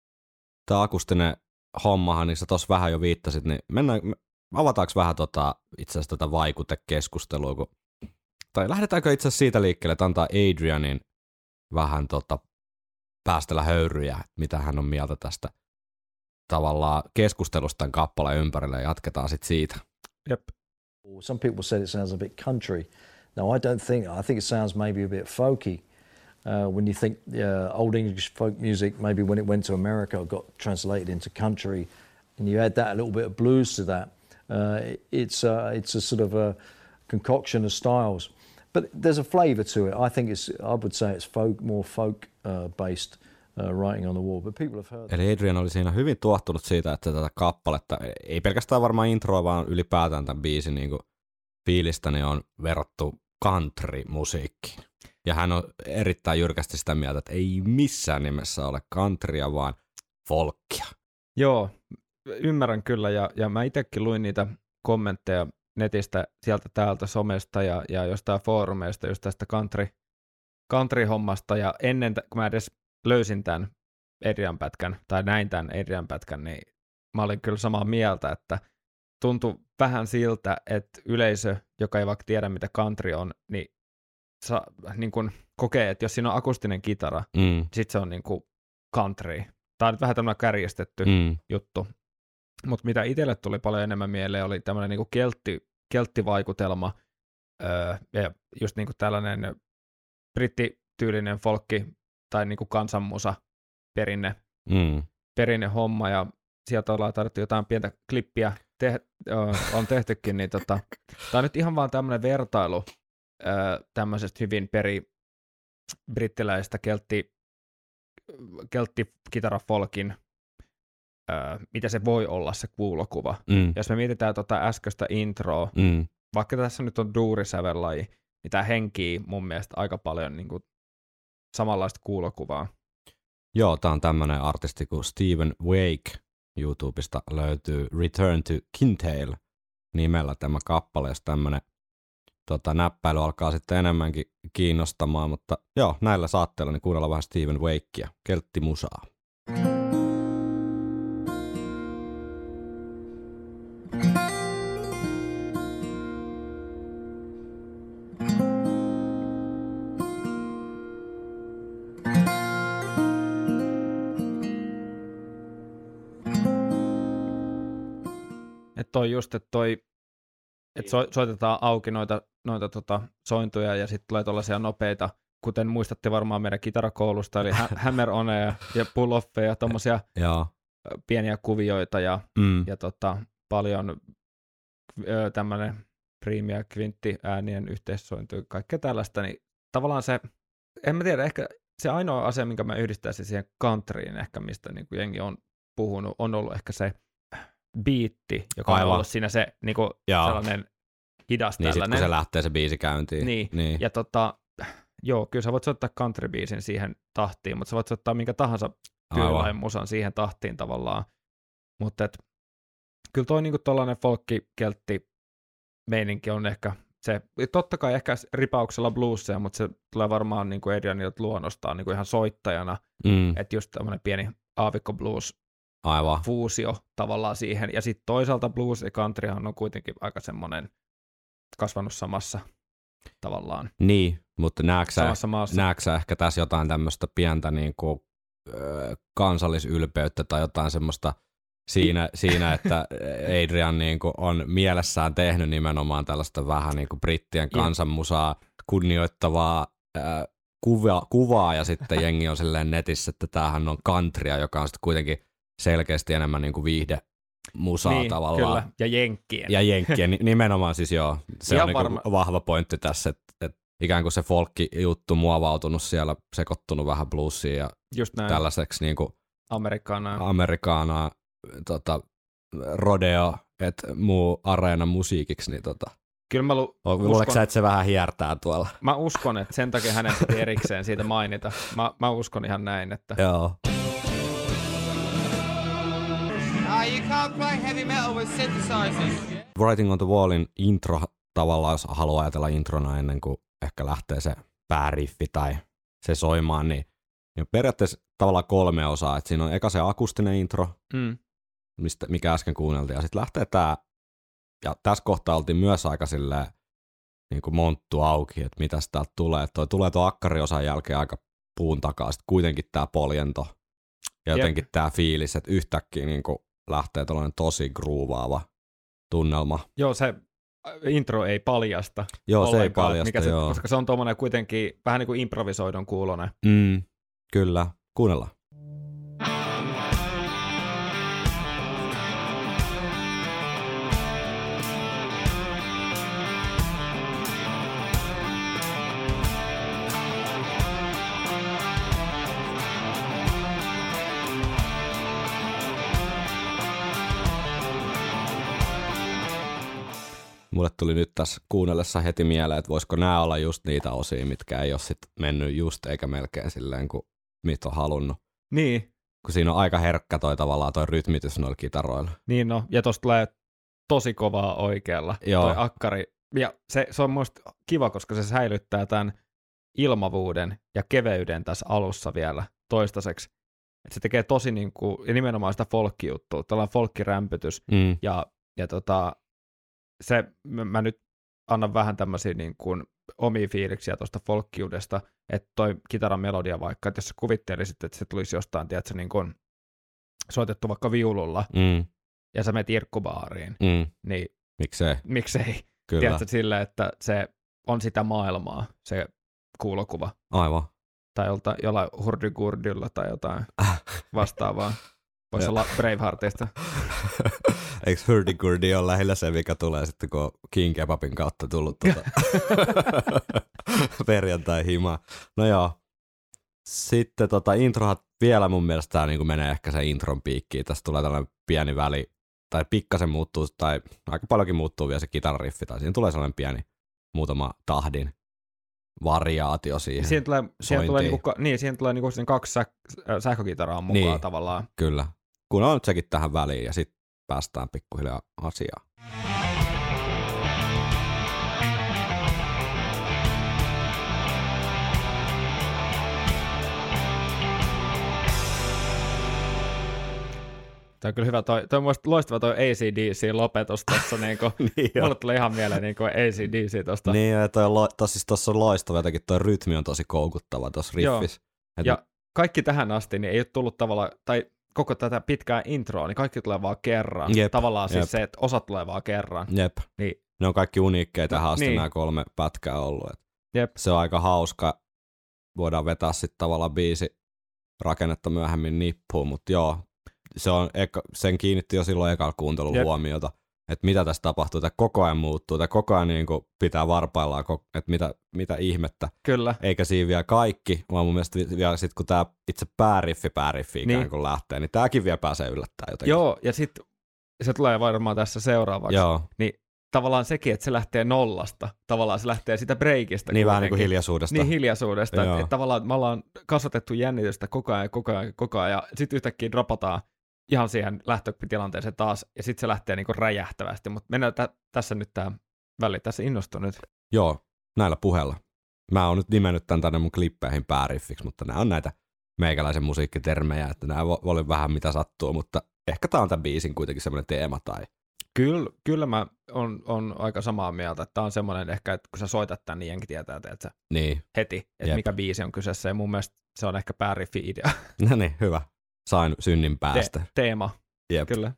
Tämä akustinen hommahan, niin sä tuossa vähän jo viittasit, niin mennään, avataanko vähän tota, itse asiassa tätä vaikutekeskustelua, kun, tai lähdetäänkö itse asiassa siitä liikkeelle, että antaa Adrianin vähän tota, päästellä höyryjä, mitä hän on mieltä tästä tavallaan keskustelusta tämän kappaleen ympärillä ja jatketaan sitten siitä. Yep. Some people said it sounds a bit country. No, I don't think. I think it sounds maybe a bit folky. Uh, when you think uh, old English folk music, maybe when it went to America, got translated into country, and you add that a little bit of blues to that, uh, it's uh, it's a sort of a concoction of styles. But there's a flavour to it. I think it's. I would say it's folk, more folk uh, based. Uh, writing on the wall, but people have heard. Eli Adrian oli siinä hyvin tuottunut siitä, että tätä kappaletta, ei pelkästään varmaan introa, vaan ylipäätään tämän biisin niin kuin fiilistä, niin on verrattu country-musiikkiin. Ja hän on erittäin jyrkästi sitä mieltä, että ei missään nimessä ole countrya, vaan folkkia. Joo, ymmärrän kyllä, ja, ja mä itsekin luin niitä kommentteja netistä sieltä täältä somesta ja, ja jostain foorumeista, just tästä country, country-hommasta, ja ennen, kun mä edes löysin tämän Adrian pätkän, tai näin tämän Adrian pätkän, niin mä olin kyllä samaa mieltä, että tuntui vähän siltä, että yleisö, joka ei vaikka tiedä, mitä country on, niin, sa, niin kun kokee, että jos siinä on akustinen kitara, mm. sit se on niin kuin country. Tämä on nyt vähän tämmöinen kärjestetty mm. juttu. Mutta mitä itselle tuli paljon enemmän mieleen, oli tämmöinen niin kuin keltti, kelttivaikutelma, öö, ja just niin kuin tällainen brittityylinen folkki, tai niin kuin kansanmusa perinne, mm. perinne homma, ja sieltä ollaan tarvittu jotain pientä klippiä, te, äh, on tehtykin, niin tota, tämä on nyt ihan vaan tämmöinen vertailu äh, tämmöisestä hyvin peri brittiläistä keltti, kelttikitarafolkin, äh, mitä se voi olla se kuulokuva. Mm. Jos me mietitään tota äskeistä introa, mm. vaikka tässä nyt on duurisävellaji, niin tämä henkii mun mielestä aika paljon niin kuin samanlaista kuulokuvaa. Joo, tää on tämmönen artisti kuin Stephen Wake. YouTubesta löytyy Return to Kintail nimellä tämä kappale, jos tämmönen tota, näppäily alkaa sitten enemmänkin kiinnostamaan, mutta joo, näillä saatteilla niin kuunnellaan vähän Stephen Wakea, kelttimusaa. toi just, että toi, että so, soitetaan auki noita, noita tota, sointuja ja sitten tulee tuollaisia nopeita, kuten muistatte varmaan meidän kitarakoulusta, eli hammer oneja ja pull offeja, tommosia pieniä kuvioita ja, mm. ja tota, paljon tämmöinen primi- ja kvintti-äänien yhteissointuja, kaikkea tällaista, niin tavallaan se, en mä tiedä, ehkä se ainoa asia, minkä mä yhdistäisin siihen countryin ehkä, mistä niin kuin jengi on puhunut, on ollut ehkä se biitti, joka Aivan. on ollut siinä se niin kuin sellainen hidas niin tällainen. Niin kun se lähtee se biisi käyntiin. Niin, niin. ja tota, joo, kyllä sä voit soittaa country-biisin siihen tahtiin, mutta sä voit soittaa minkä tahansa tyylain musan siihen tahtiin tavallaan, mutta et, kyllä toi niinku tollainen folkki-keltti meininki on ehkä se, totta kai ehkä ripauksella bluesia, mutta se tulee varmaan niinku Adrianilta luonnostaan niinku ihan soittajana, mm. että just tämmöinen pieni aavikko blues Aivan. fuusio tavallaan siihen, ja sitten toisaalta blues ja countryhan on kuitenkin aika semmoinen kasvanut samassa tavallaan. Niin, mutta näetkö sä ehkä tässä jotain tämmöistä pientä niinku, ö, kansallisylpeyttä tai jotain semmoista siinä, siinä että Adrian niinku on mielessään tehnyt nimenomaan tällaista vähän niinku brittien kansanmusaa kunnioittavaa ö, kuva, kuvaa, ja sitten jengi on silleen netissä, että tämähän on countrya, joka on sitten kuitenkin selkeästi enemmän niinku viihde musaa niin, tavallaan. Kyllä, ja jenkkien. Ja jenkkien, nimenomaan siis joo. Se Ihan on niinku vahva pointti tässä, että et ikään kuin se folkki-juttu muovautunut siellä, sekoittunut vähän bluesiin ja tällaiseksi niinku Amerikaanaa. Amerikaanaa, tota, rodeo, että muu areena musiikiksi, niin tota, kyllä mä lu- luuletko sä, että se vähän hiertää tuolla? Mä uskon, että sen takia hänen piti erikseen siitä mainita. Mä, mä uskon ihan näin, että joo. You can't play heavy metal with synthesizers. Writing on the Wallin intro tavallaan, jos haluaa ajatella introna ennen kuin ehkä lähtee se pääriffi tai se soimaan, niin, niin periaatteessa tavallaan kolme osaa. Et siinä on eka se akustinen intro, mm. mistä, mikä äsken kuunneltiin, ja sitten lähtee tämä, ja tässä kohtaa oltiin myös aika silleen niin kuin monttu auki, että mitä täältä tulee. Toi tulee tuon akkariosan jälkeen aika puun takaa, sitten kuitenkin tämä poljento, ja jotenkin yep. tämä fiilis, että yhtäkkiä niin kuin lähtee tällainen tosi groovaava tunnelma. Joo, se intro ei paljasta. Joo, se ei paljasta, mikä se, joo. Koska se on tuommoinen kuitenkin vähän niin kuin improvisoidun kuulonen. Mm, kyllä, kuunnellaan. Mulle tuli nyt tässä kuunnellessa heti mieleen, että voisiko nämä olla just niitä osia, mitkä ei ole sit mennyt just eikä melkein silleen, kuin mitä on halunnut. Niin. Kun siinä on aika herkkä toi tavallaan toi rytmitys noilla kitaroilla. Niin no, ja tosta tulee tosi kovaa oikealla Joo. toi akkari. Ja se, se on musta kiva, koska se säilyttää tämän ilmavuuden ja keveyden tässä alussa vielä toistaiseksi. Et se tekee tosi niinku, ja nimenomaan sitä folkki-juttua, tällainen folkkirämpytys mm. ja, ja tota, se, mä nyt annan vähän tämmöisiä niin kuin omia fiiliksiä tuosta folkkiudesta, että toi kitaran melodia vaikka, että jos sä kuvittelisit, että se tulisi jostain, tiedätkö, niin kuin soitettu vaikka viululla, mm. ja sä menet irkkubaariin, mm. niin miksei? Miksei? Tiedätkö, silleen, että se on sitä maailmaa, se kuulokuva. Aivan. Tai jolta, jollain hurdy-gurdylla tai jotain vastaavaa. Voisi olla Braveheartista. Eikö hurdy-gurdy ole lähellä se, mikä tulee sitten, kun on King Kebabin kautta tullut tuota perjantai-himaa. No joo. Sitten tota, introhat vielä mun mielestä tää niin menee ehkä se intron piikkiin. Tässä tulee tällainen pieni väli, tai pikkasen muuttuu, tai aika paljonkin muuttuu vielä se kitarariffi, tai siinä tulee sellainen pieni muutama tahdin variaatio siihen siihen tulee, siihen tulee, niinku, niin, siihen tulee niinku kaksi säh, sähkökitaraa mukaan niin, tavallaan. Kyllä. Kun on sekin tähän väliin ja sitten päästään pikkuhiljaa asiaan. Tämä on kyllä hyvä, toi, toi on mielestäni loistava toi A C D C-lopetus tuossa, niinku, niin mulle tulee ihan mieleen niinku A C D C tuosta. Niin, ja toi on, lo, tos, siis tuossa on loistava, jotenkin toi rytmi on tosi koukuttava tuossa riffissä. Ja kaikki tähän asti niin ei ole tullut tavallaan, tai koko tätä pitkää introa, niin kaikki tulee vaan kerran. Jep, Tavallaan jep. siis se, että osa tulee vaan kerran. Jep. Niin, Ne on kaikki uniikkeja tähän asti niin. nämä kolme pätkää ollut. Et jep. se on aika hauska. Voidaan vetää sitten tavallaan biisi rakennetta myöhemmin nippuun, mutta joo, se on eka, sen kiinnitti jo silloin ekalla kuuntelun Jep. huomiota, että mitä tässä tapahtuu, että koko ajan muuttuu, että koko ajan niin kuin pitää varpaillaan, että mitä, mitä ihmettä, Kyllä. eikä siinä vielä kaikki, vaan mun mielestä vielä sitten kun tämä itse pääriffi, pääriffi ikään Niin. kuin lähtee, niin tämäkin vielä pääsee yllättämään jotenkin. Joo, ja sitten se tulee varmaan tässä seuraavaksi. Joo. Niin tavallaan sekin, että se lähtee nollasta. Tavallaan se lähtee sitä breikistä. Niin vähän niin kuin kuitenkin. hiljaisuudesta. Niin hiljaisuudesta. Joo. Että et tavallaan me ollaan kasvatettu jännitystä koko ajan, koko ajan, koko ajan. Ja sitten yhtäkkiä dropataan ihan siihen lähtötilanteeseen taas. Ja sitten se lähtee niinku räjähtävästi. Mutta mennään tä- tässä nyt tämä väli. Tässä innostun nyt. Joo, näillä puheilla. Mä oon nyt nimennyt tän tänne mun klippeihin pääriffiksi, mutta nämä on näitä meikäläisen musiikkitermejä, että nämä voi olla vähän mitä sattuu, mutta ehkä tää on tämän biisin kuitenkin semmoinen teema tai... Kyllä, kyllä mä on, on aika samaa mieltä, että tämä on semmoinen ehkä, että kun sä soitat tämän, niin jenki tietää, että sä Niin, heti, että Jep. mikä biisi on kyseessä, ja mun mielestä se on ehkä pääriffi-idea. no niin, hyvä. Sain synnin päästä. Te- teema, Jep. kyllä.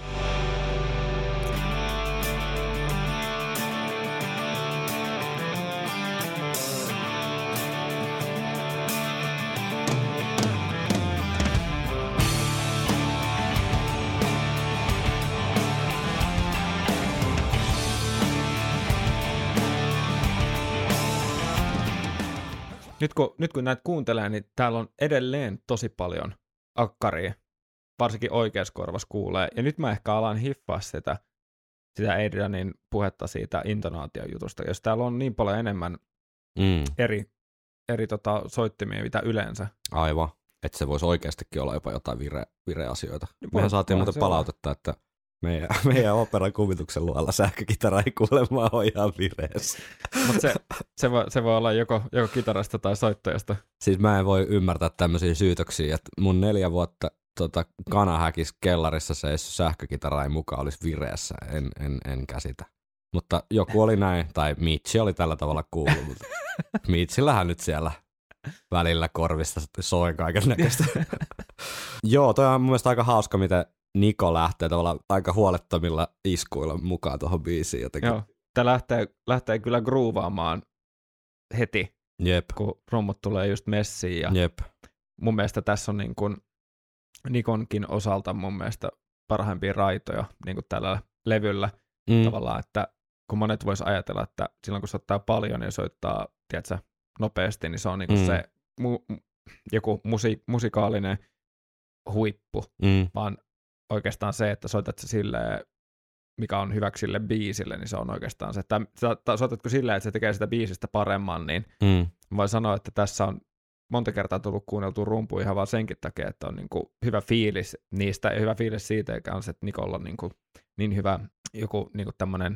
Nyt kun, nyt kun näitä kuuntelee, niin täällä on edelleen tosi paljon akkaria, varsinkin oikeassa korvassa kuulee. Ja nyt mä ehkä alan hiffaa sitä, sitä Adrianin puhetta siitä intonaatiojutusta, jos täällä on niin paljon enemmän Mm, eri, eri tota, soittimia, mitä yleensä. aivan. Että se voisi oikeastikin olla jopa jotain vire, vireasioita. Voi- Mehän saatiin voi muuten se olla. palautetta, että meidän, meidän operan kuvituksen luolla sähkökitara ei kuulemma ole ihan vireessä. Mutta se, se, voi, se voi olla joko, joko kitarasta tai soittajasta. Siis mä en voi ymmärtää tämmöisiä syytöksiä, että mun neljä vuotta tota, kanahäkis kellarissa seissyt sähkökitara ei mukaan olisi vireessä. En, en, en käsitä. Mutta joku oli näin, tai Mitchi oli tällä tavalla kuullut, mutta Mitchillähän nyt siellä välillä korvista soi kaiken näköistä. Joo, toi on mun mielestä aika hauska, miten Niko lähtee tavallaan aika huolettomilla iskuilla mukaan tuohon biisiin jotenkin. Joo. Tää lähtee, lähtee kyllä groovaamaan heti, Jep, kun rummut tulee just messiin. Ja jep. mun mielestä tässä on niin kuin Nikonkin osalta mun mielestä parhaimpia raitoja niin kuin tällä levyllä. Mm. Tavallaan, että kun monet vois ajatella, että silloin kun soittaa paljon ja soittaa, tiedätkö, nopeasti, niin se on niinku Mm. se mu- joku musi- musikaalinen huippu, Mm. vaan oikeastaan se, että soitat se silleen, mikä on hyväksi sille biisille, niin se on oikeastaan se, että tai soitatko silleen, että se tekee sitä biisistä paremman, niin Mm. voin sanoa, että tässä on monta kertaa tullut kuunneltua rumpuja ihan vaan senkin takia, että on niinku hyvä fiilis niistä ja hyvä fiilis siitä, eikä on se, että Nikolla on niinku niin hyvä joku niinku tämmöinen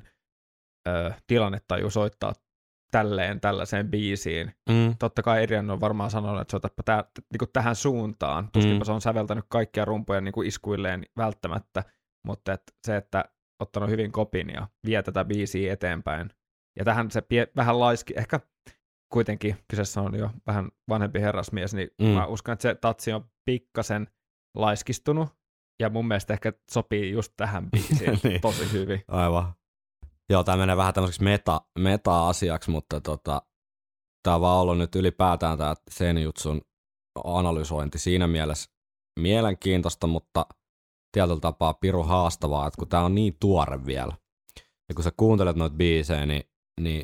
ö, tilannetaju soittaa tälleen tällaiseen biisiin. Mm. Totta kai Adrian on varmaan sanonut, että soitapa tää, niinku tähän suuntaan. Tuskinpä Mm. se on säveltänyt kaikkia rumpuja niinku iskuilleen välttämättä, mutta et se, että ottanut hyvin kopin ja vie tätä biisiä eteenpäin. Ja tähän se pie, vähän laiski, ehkä kuitenkin kyseessä on jo vähän vanhempi herrasmies, niin Mm. mm. mä uskon, että se tatsi on pikkasen laiskistunut, ja mun mielestä ehkä sopii just tähän biisiin Niin. tosi hyvin. Aivan. Joo, tämä menee vähän tämmöiseksi meta, meta-asiaksi, mutta tota, tämä on vaan ollut nyt ylipäätään tämä Senjutsun analysointi siinä mielessä mielenkiintoista, mutta tietyllä tapaa piru haastavaa, että kun tämä on niin tuore vielä, ja kun sä kuuntelet noita biisejä, niin, niin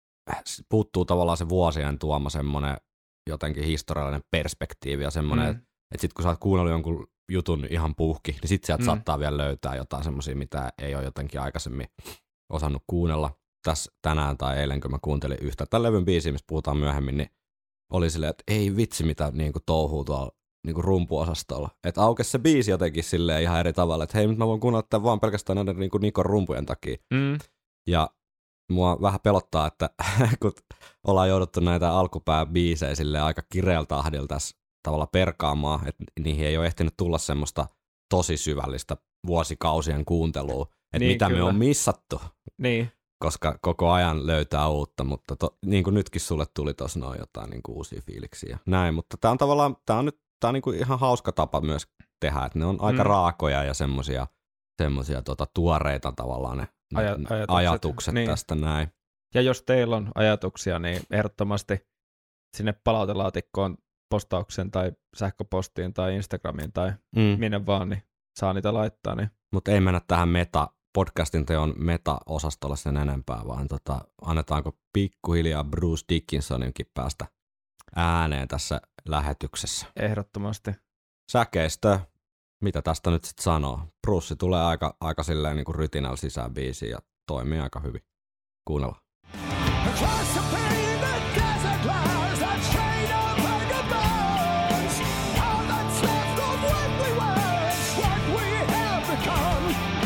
puuttuu tavallaan se vuosien tuoma semmoinen jotenkin historiallinen perspektiivi ja semmoinen, mm. että et sit kun sä oot kuunnellut jonkun jutun ihan puhki, niin sit sieltä mm. saattaa vielä löytää jotain semmoisia, mitä ei ole jotenkin aikaisemmin osannut kuunnella. Tässä tänään tai eilen, kun mä kuuntelin yhtä tämän levyn biisiä, mistä puhutaan myöhemmin, niin oli silleen, että ei vitsi mitä niinku touhuu tuolla niinku rumpuosastolla. Että aukesi se biisi jotenkin silleen ihan eri tavalla, että hei nyt mä voin kuunnella tämän vaan pelkästään näiden niinku Nikon rumpujen takia. Mm. Ja mua vähän pelottaa, että kun ollaan jouduttu näitä alkupääbiisejä silleen aika kireältä tahdilla tässä tavalla perkaamaan, että niihin ei ole ehtinyt tulla semmoista tosi syvällistä vuosikausien kuuntelua, että Niin, mitä kyllä. me on missattu, Niin, koska koko ajan löytää uutta, mutta to, niin kuin nytkin sulle tuli tuossa noin jotain niin kuin uusia fiiliksiä. Näin, mutta tämä on tavallaan, tämä on nyt tää on niin kuin ihan hauska tapa myös tehdä. Et ne on aika Mm. raakoja ja semmosia, semmosia tota, tuoreita tavallaan ne, ne Aja- ajatukset. ajatukset Niin. tästä näin. Ja jos teillä on ajatuksia, niin ehdottomasti sinne palautelaatikkoon postauksen tai sähköpostiin tai Instagramiin tai Mm. minne vaan, niin saa niitä laittaa. Niin. Mutta ei mennä tähän meta, podcastin teon meta-osastolle sen enempää, vaan tota, annetaanko pikkuhiljaa Bruce Dickinsoninkin päästä ääneen tässä lähetyksessä. Ehdottomasti. Säkeistö, mitä tästä nyt sitten sanoo? Bruce tulee aika, aika silleen niin kuin rytinällä sisään biisiin ja toimii aika hyvin. Kuunnellaan. Across the plain, the desert lies, that train of vagabonds. All that's left of what we were, it's what we have become.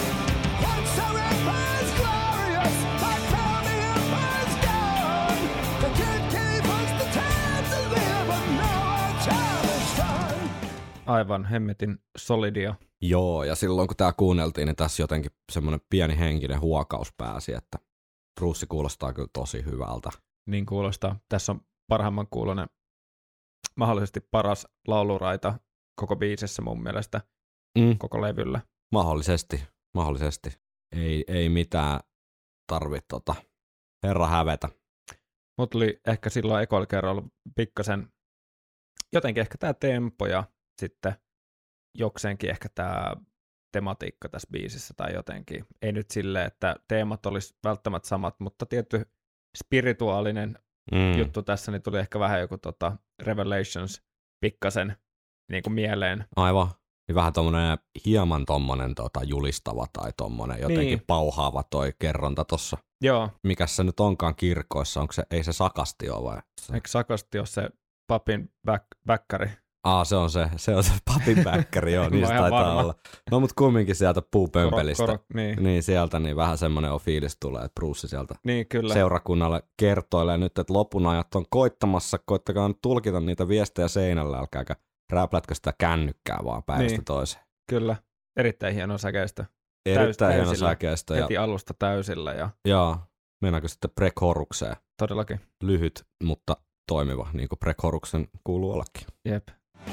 Once our empire's glorious, but now the empire's gone. The kid gave us the time to live, but now our time is done. Aivan hemmetin solidia. Joo, ja silloin kun tämä kuunneltiin, niin tässä jotenkin semmoinen pieni henkinen huokaus pääsi, että Bruce kuulostaa kyllä tosi hyvältä. Niin kuulostaa. Tässä on parhaimman kuulonen, mahdollisesti paras lauluraita koko biisissä mun mielestä, Mm. koko levyllä. Mahdollisesti, mahdollisesti. Ei, ei mitään tarvitse tota, herra hävetä. Mut tuli ehkä silloin ekoilla kerralla pikkasen, jotenkin ehkä tää tempo ja sitten jokseenkin ehkä tää tematiikka tässä biisissä tai jotenkin. Ei nyt silleen, että teemat olisi välttämättä samat, mutta tietty spirituaalinen Mm. juttu tässä, niin tuli ehkä vähän joku tota Revelations pikkasen niin kuin mieleen. Aivan. Niin vähän tommonen hieman tommonen tota, julistava tai tommonen jotenkin Niin. pauhaava toi kerronta tossa. Joo, Mikäs se nyt onkaan kirkoissa? Onko se, ei se sakasti ole vai? eikö sakasti ole se papin väk- väkkäri? Aa, se on se, se on se papin väkkäri, joo, Mä niistä oon ihan taitaa varma. olla. No mut kumminkin sieltä puupömpelistä. Koro, koro, niin. Niin sieltä niin vähän semmonen on fiilis tulee, että Bruce sieltä niin, kyllä. seurakunnalle kertoilee nyt, että lopun ajat on koittamassa, koittakaa nyt tulkita niitä viestejä seinällä, älkääkä räplätkö sitä kännykkää vaan päivästä Niin. toiseen. Kyllä. Erittäin hieno säkeistö. Erittäin hieno täysillä. säkeistö. Ja, Heti alusta täysillä ja ja mennäänkö sitten prekorukseen? todellakin. Lyhyt, mutta toimiva, niin kuin prekoruksen kuuluu ollakin. Jep.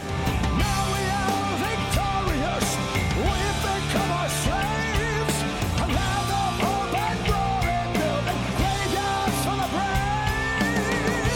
Now we are victorious, we've become our slaves. A land of hope and glory, building graveyards for the brave.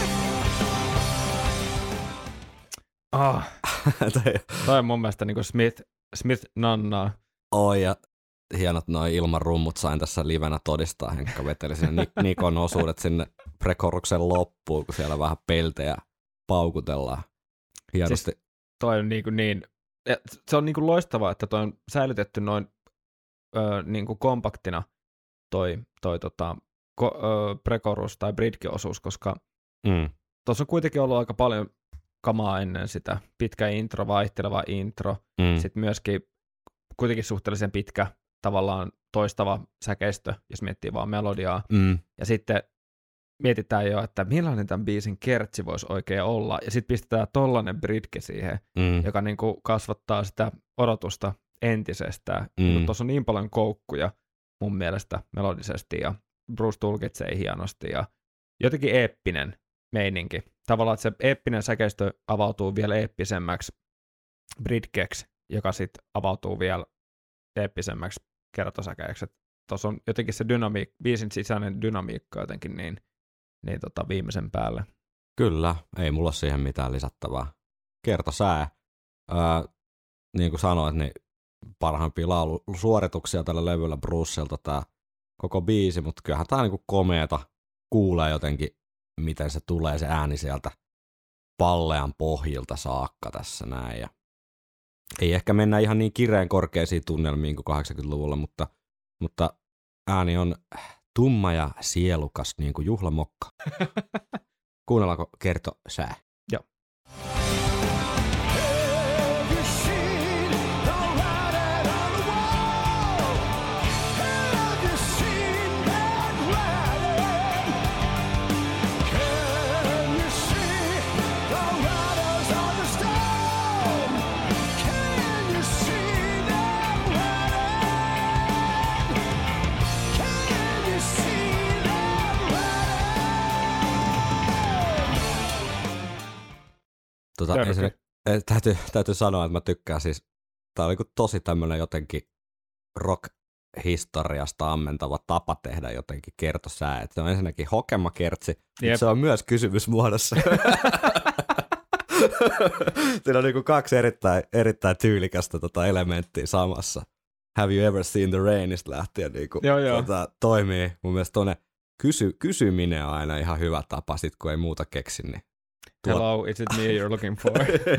Ah, Tai- toi on mun mielestä niin kuin Smith, Smith Nannaa. Oi, ja hienot noi ilman rummut sain tässä livenä todistaa. Henkka veteli sinne Nik- Nikon osuudet sinne prekoruksen loppuun, kun siellä vähän peltejä paukutellaan. Hienosti. Siis toi on niin, kuin niin ja se on niin kuin loistavaa, että toi on säilytetty noin ö, niin kuin kompaktina toi, toi tota, ko, ö, prekorus tai bridge-osuus, koska Mm. tuossa on kuitenkin ollut aika paljon kamaa ennen sitä. Pitkä intro, vaihteleva intro, Mm. sitten myöskin kuitenkin suhteellisen pitkä tavallaan toistava säkeistö, jos miettii vaan melodiaa. Mm. Ja sitten mietitään jo, että millainen tämän biisin kertsi voisi oikein olla. Ja sitten pistetään tollanen bridge siihen, Mm. joka niin kuin kasvattaa sitä odotusta entisestään. Mm. Mm. Tuossa on niin paljon koukkuja mun mielestä melodisesti ja Bruce tulkitsee hienosti ja jotenkin eeppinen meininki. Tavallaan, että se eeppinen säkeistö avautuu vielä eeppisemmäksi bridgeksi, joka sitten avautuu vielä eeppisemmäksi kertosäkeeksi. Tuossa on jotenkin se dynamiik- biisin sisäinen dynamiikka jotenkin niin, niin tota viimeisen päälle. Kyllä, ei mulla ole siihen mitään lisättävää. Kertosää. Öö, niin kuin sanoit, niin parhaimpia laulusuorituksia tällä levyllä Brucelta tämä koko biisi, mutta kyllähän tämä on niinku komeeta. Kuulee jotenkin, miten se tulee se ääni sieltä pallean pohjilta saakka tässä näin. Ja ei ehkä mennä ihan niin kireen korkeisiin tunnelmiin kuin kahdeksankymmentäluvulla, mutta, mutta ääni on tumma ja sielukas niin kuin juhlamokka. Kuunnellaanko kerto sää? Joo. Have you seen the writing on the wall? Have you seen that writing? Can you see the writers on the stone? Can you see them writing? Can you see them writing? Tota, Törky. ensin, eh, täytyy, täytyy sanoa, että mä tykkään siis Tää oli tosi tämmönen jotenkin rock-historiasta ammentava tapa tehdä jotenkin kertosää. Et se on ensinnäkin hokemakertsi, mutta se on myös kysymysmuodossa. Siinä on niinku kaksi erittäin, erittäin tyylikästä tota elementtiä samassa. Have you ever seen the rainista lähtien niinku, joo, joo. Tota, toimii. Mun mielestä tuonne kysy, kysyminen on aina ihan hyvä tapa, sit kun ei muuta keksi. Niin tuot... Hello, is it me you're looking for?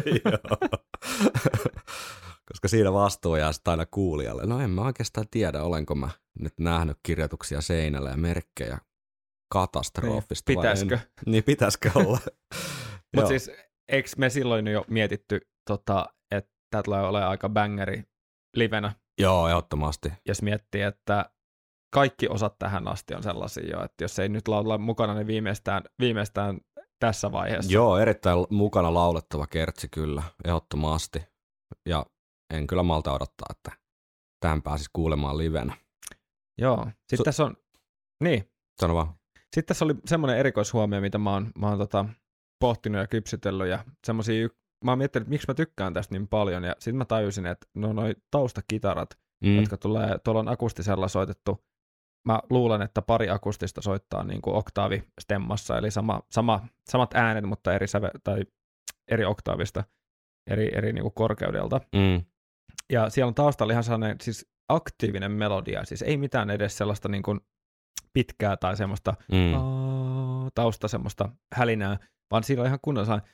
Koska siinä vastuu jää sitten aina kuulijalle. No en mä oikeastaan tiedä, olenko mä nyt nähnyt kirjoituksia seinällä ja merkkejä katastrofista. Niin, pitäisikö? Niin, pitäisikö olla. Mutta siis eikö me silloin jo mietitty, tota, että tämä tulee olemaan aika bangeri livenä? Joo, ehdottomasti. Jos miettii, että kaikki osat tähän asti on sellaisia jo, että jos ei nyt laulella mukana, niin viimeistään, viimeistään tässä vaiheessa. Joo, erittäin mukana laulettava kertsi kyllä, ehdottomasti. Ja en kyllä malta odottaa, että tähän pääsisi kuulemaan livenä. Joo, sitten Su- tässä on, niin. Sano vaan. Sitten tässä oli semmoinen erikoishuomio, mitä mä oon, mä oon tota, pohtinut ja kypsytellyt ja semmosia, mä oon miettinyt, että miksi mä tykkään tästä niin paljon ja sitten mä tajusin, että no noi taustakitarat, mm. jotka tulee, tuolla on akustisella soitettu, mä luulen, että pari akustista soittaa niin kuin oktaavi-stemmassa, eli sama, sama, samat äänet, mutta eri säve, tai eri oktaavista, eri, eri niin kuin korkeudelta. Mm. Ja siellä on taustalla ihan sellainen siis aktiivinen melodia, siis ei mitään edes sellaista niin kuin pitkää tai semmoista mm. aa, tausta semmoista hälinää, vaan siinä on ihan kunnolla sellainen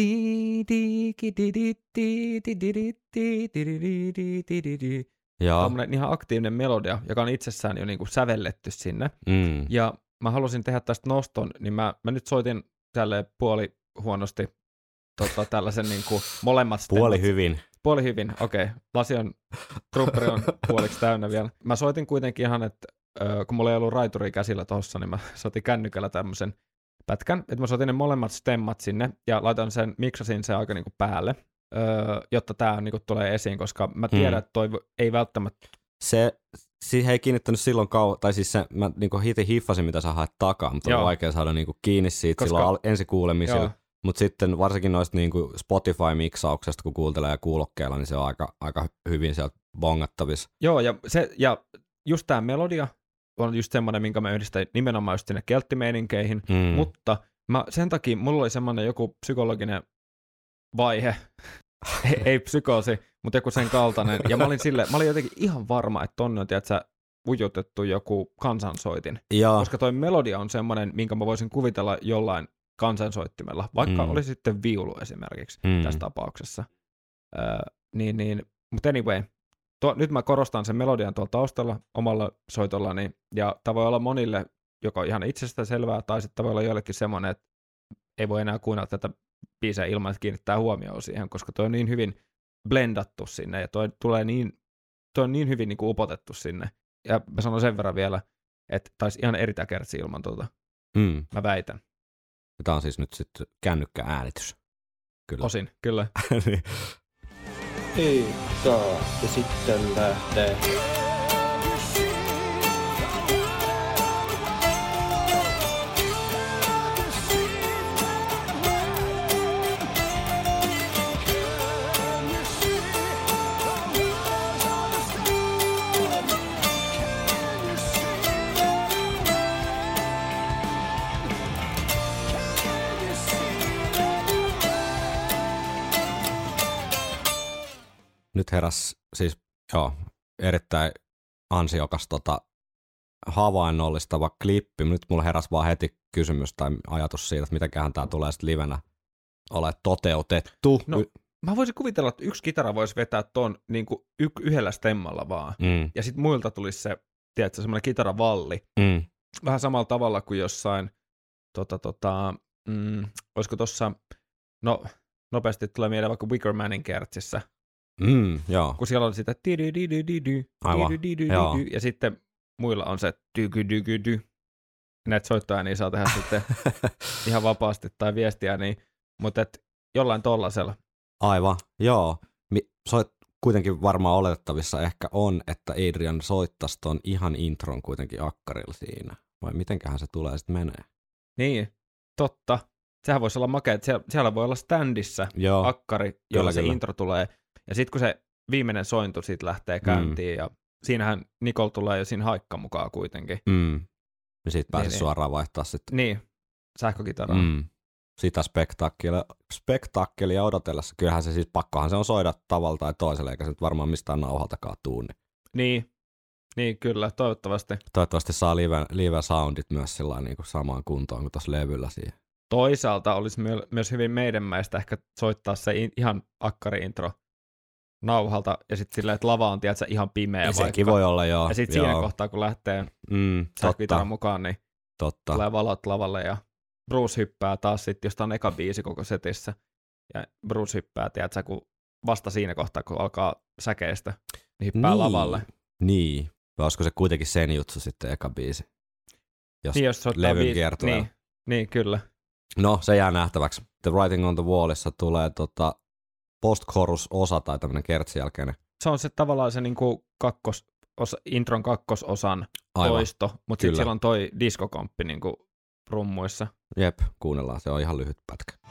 tämmöinen ihan aktiivinen melodia, joka on itsessään jo niin kuin sävelletty sinne. Mm. Ja mä halusin tehdä tästä noston, niin mä, mä nyt soitin tälleen puoli huonosti tota, tällaisen niin kuin molemmat stemmat. Puoli hyvin. Puoli hyvin, okei. Okay. Lasi on, trupperi on puoliksi täynnä vielä. Mä soitin kuitenkin ihan, että äh, kun mulla ei ollut raituri käsillä tossa, niin mä soitin kännykällä tämmöisen pätkän, että mä soitin ne molemmat stemmat sinne ja laitan sen, miksasin sen aika niinku päälle, öö, jotta tää niinku tulee esiin, koska mä tiedän, hmm. että toi ei välttämättä... Se, siihen ei kiinnittänyt silloin kauan, tai siis se, mä niinku hiti hiffasin, mitä sä haet takaa, mutta on vaikea saada niinku kiinni siitä koska... silloin ensikuulemisella. Mutta sitten varsinkin noista niinku Spotify-miksauksesta, kun kuuntelee ja kuulokkeilla, niin se on aika, aika hyvin sieltä bongattavissa. Joo, ja, se, ja just tää melodia on just semmoinen, minkä mä yhdistän nimenomaan just sinne kelttimeininkeihin, mm. mutta mä, sen takia mulla oli semmoinen joku psykologinen vaihe, ei, ei psykoosi, mutta joku sen kaltainen, ja mä olin, sille, mä olin jotenkin ihan varma, että tonne on, tiedätkö, ujutettu joku kansansoitin, ja. Koska toi melodia on semmoinen, minkä mä voisin kuvitella jollain kansansoittimella, vaikka mm. olisi sitten viulu esimerkiksi mm. tässä tapauksessa. Öö, niin, niin, mutta anyway, tuo, nyt mä korostan sen melodian tuolla taustalla omalla soitollani, ja tämä voi olla monille joko ihan itsestään selvää, tai sitten voi olla joillekin semmoinen, että ei voi enää kuunnella tätä biisiä ilman, että kiinnittää huomioon siihen, koska tuo on niin hyvin blendattu sinne, ja tuo tulee niin, tuo on niin hyvin niin kuin upotettu sinne. Ja mä sanon sen verran vielä, että taisi ihan eri kertsi ilman tuota. Mm. Mä väitän. Tämä on siis nyt sitten kännykkääänitys. Kyllä. Osin, kyllä. Eikä, ja sitten lähtee. Nyt heräs siis, joo, erittäin ansiokas tota, havainnollistava klippi. Nyt mulla heräs vaan heti kysymys tai ajatus siitä, että mitenköhän tää tulee sitten livenä ole toteutettu. No, mä voisin kuvitella, että yksi kitara voisi vetää ton niin kuin y- yhdellä stemmalla vaan. Mm. Ja sitten muilta tulisi se, tiedätkö, semmoinen kitaravalli. Mm. Vähän samalla tavalla kuin jossain, tota, tota, mm, olisiko tossa, no nopeasti tulee mieleen vaikka Wickermanin kertsissä. Mm, joo. Kun siellä on sitä ja sitten muilla on se tyky-dyky-dy. Näitä soittoja niin saa tehdä sitten ihan vapaasti tai viestiä, niin, mutta et jollain tollasella. Aivan, joo. Soit kuitenkin varmaan oletettavissa ehkä on, että Adrian soittaisi ton ihan intron kuitenkin akkarilla siinä. Vai mitenköhän se tulee sitten menee? Niin, totta. Sehän voisi olla makea, että siellä, siellä voi olla standissa joo, akkari, jolla kyllä, se kyllä. intro tulee. Ja sitten kun se viimeinen sointu siitä lähtee käyntiin, mm. ja siinähän Nicole tulee jo siinä haikka mukaan kuitenkin. Mm. Ja siitä pääsee niin, suoraan vaihtaa sitten. Niin, sähkökitaraa. Mm. Sitä spektaakkelia, spektaakkelia odotellessa. Kyllähän se siis pakkohan se on soida tavalla tai toisella, eikä se nyt varmaan mistään nauhaltakaan tuu. Niin, niin, niin kyllä, toivottavasti. Toivottavasti saa live, live soundit myös sillä niin kuin samaan kuntoon kuin tuossa levyllä siihen. Toisaalta olisi myö- myös hyvin meidänmäistä ehkä soittaa se in- ihan akkari-intro nauhalta, ja sitten silleen, että lava on tiedätkö, ihan pimeä Ja vaikka. sekin voi olla, joo. Ja sitten siinä kohtaa, kun lähtee mm, sähkökitaran mukaan, niin totta. tulee valot lavalle, ja Bruce hyppää taas sitten, josta on eka biisi koko setissä. Ja Bruce hyppää, tiedätkö, kun vasta siinä kohtaa, kun alkaa säkeistä, niin hyppää niin. lavalle. Niin. Vai olisiko se kuitenkin sen juttu sitten eka biisi? Jos, niin, jos levyn kiertueella. Niin, niin, kyllä. No, se jää nähtäväksi. The Writing on the Wallissa tulee tota post-chorus-osa tai tämmöinen kertsin jälkeinen. Se on se tavallaan se niinku kakkos, osa, intron kakkososan Aivan. toisto, mutta sitten siellä on toi diskokomppi niinku rummuissa. Jep, kuunnellaan. Se on ihan lyhyt pätkä.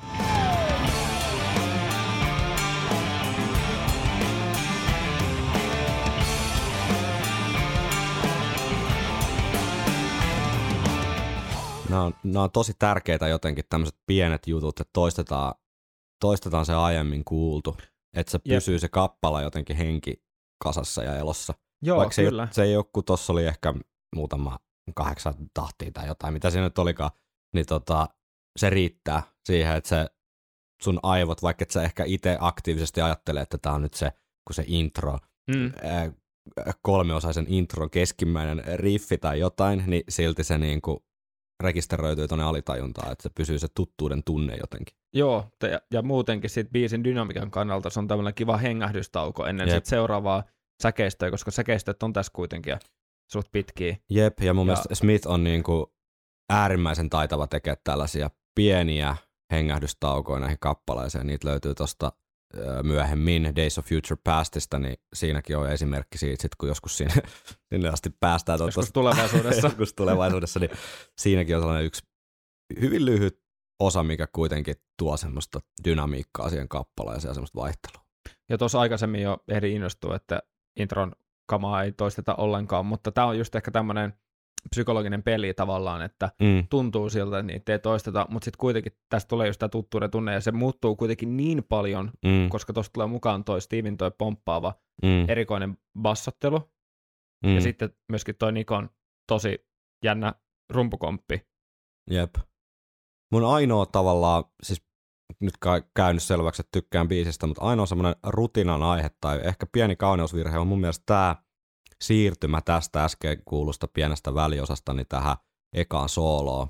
Nämä on, nämä on tosi tärkeitä jotenkin tämmöiset pienet jutut, että toistetaan, toistetaan se aiemmin kuultu, että se pysyy Jep. se kappale jotenkin henki kasassa ja elossa. Joo, Vaikka kyllä. Se, se ei ole, kun tuossa oli ehkä muutama kahdeksan tahtia tai jotain, mitä siinä nyt olikaan, niin tota, se riittää siihen, että se sun aivot, vaikka et sä ehkä itse aktiivisesti ajattelee, että tää on nyt se, kun se intro, mm. ää, kolmeosaisen intron keskimmäinen riffi tai jotain, niin silti se niinku rekisteröityy tuonne alitajuntaan, että se pysyy se tuttuuden tunne jotenkin. Joo, ja, ja muutenkin sit biisin dynamiikan kannalta se on tämmöinen kiva hengähdystauko ennen sit seuraavaa säkeistöä, koska säkeistöt on tässä kuitenkin suht pitkiä. Jep, ja mun ja... mielestä Smith on niinku äärimmäisen taitava tekemään tällaisia pieniä hengähdystaukoja näihin kappaleisiin. Niitä löytyy tuosta myöhemmin Days of Future Pastista, niin siinäkin on esimerkki siitä, sit kun joskus sinne, sinne asti päästään. Joskus tulevaisuudessa. joskus tulevaisuudessa, niin siinäkin on sellainen yksi hyvin lyhyt osa, mikä kuitenkin tuo semmoista dynamiikkaa siihen kappaleeseen ja semmoista vaihtelua. Ja tuossa aikaisemmin jo ehdin innostua, että intron kamaa ei toisteta ollenkaan, mutta tämä on just ehkä tämmöinen psykologinen peli tavallaan, että mm. tuntuu siltä, että niitä ei toisteta, mutta sitten kuitenkin tästä tulee just tämä tuttuuden tunne, ja se muuttuu kuitenkin niin paljon, mm. koska tuosta tulee mukaan toi Steven toi pomppaava mm. erikoinen bassottelu, mm. ja sitten myöskin toi Nikon tosi jännä rumpukomppi. Jep. Mun ainoa tavallaan, siis nyt käynyt selväksi, että tykkään biisistä, mutta ainoa semmoinen rutinan aihe tai ehkä pieni kauneusvirhe on mun mielestä tämä siirtymä tästä äsken kuulusta pienestä väliosasta niin tähän ekaan sooloon,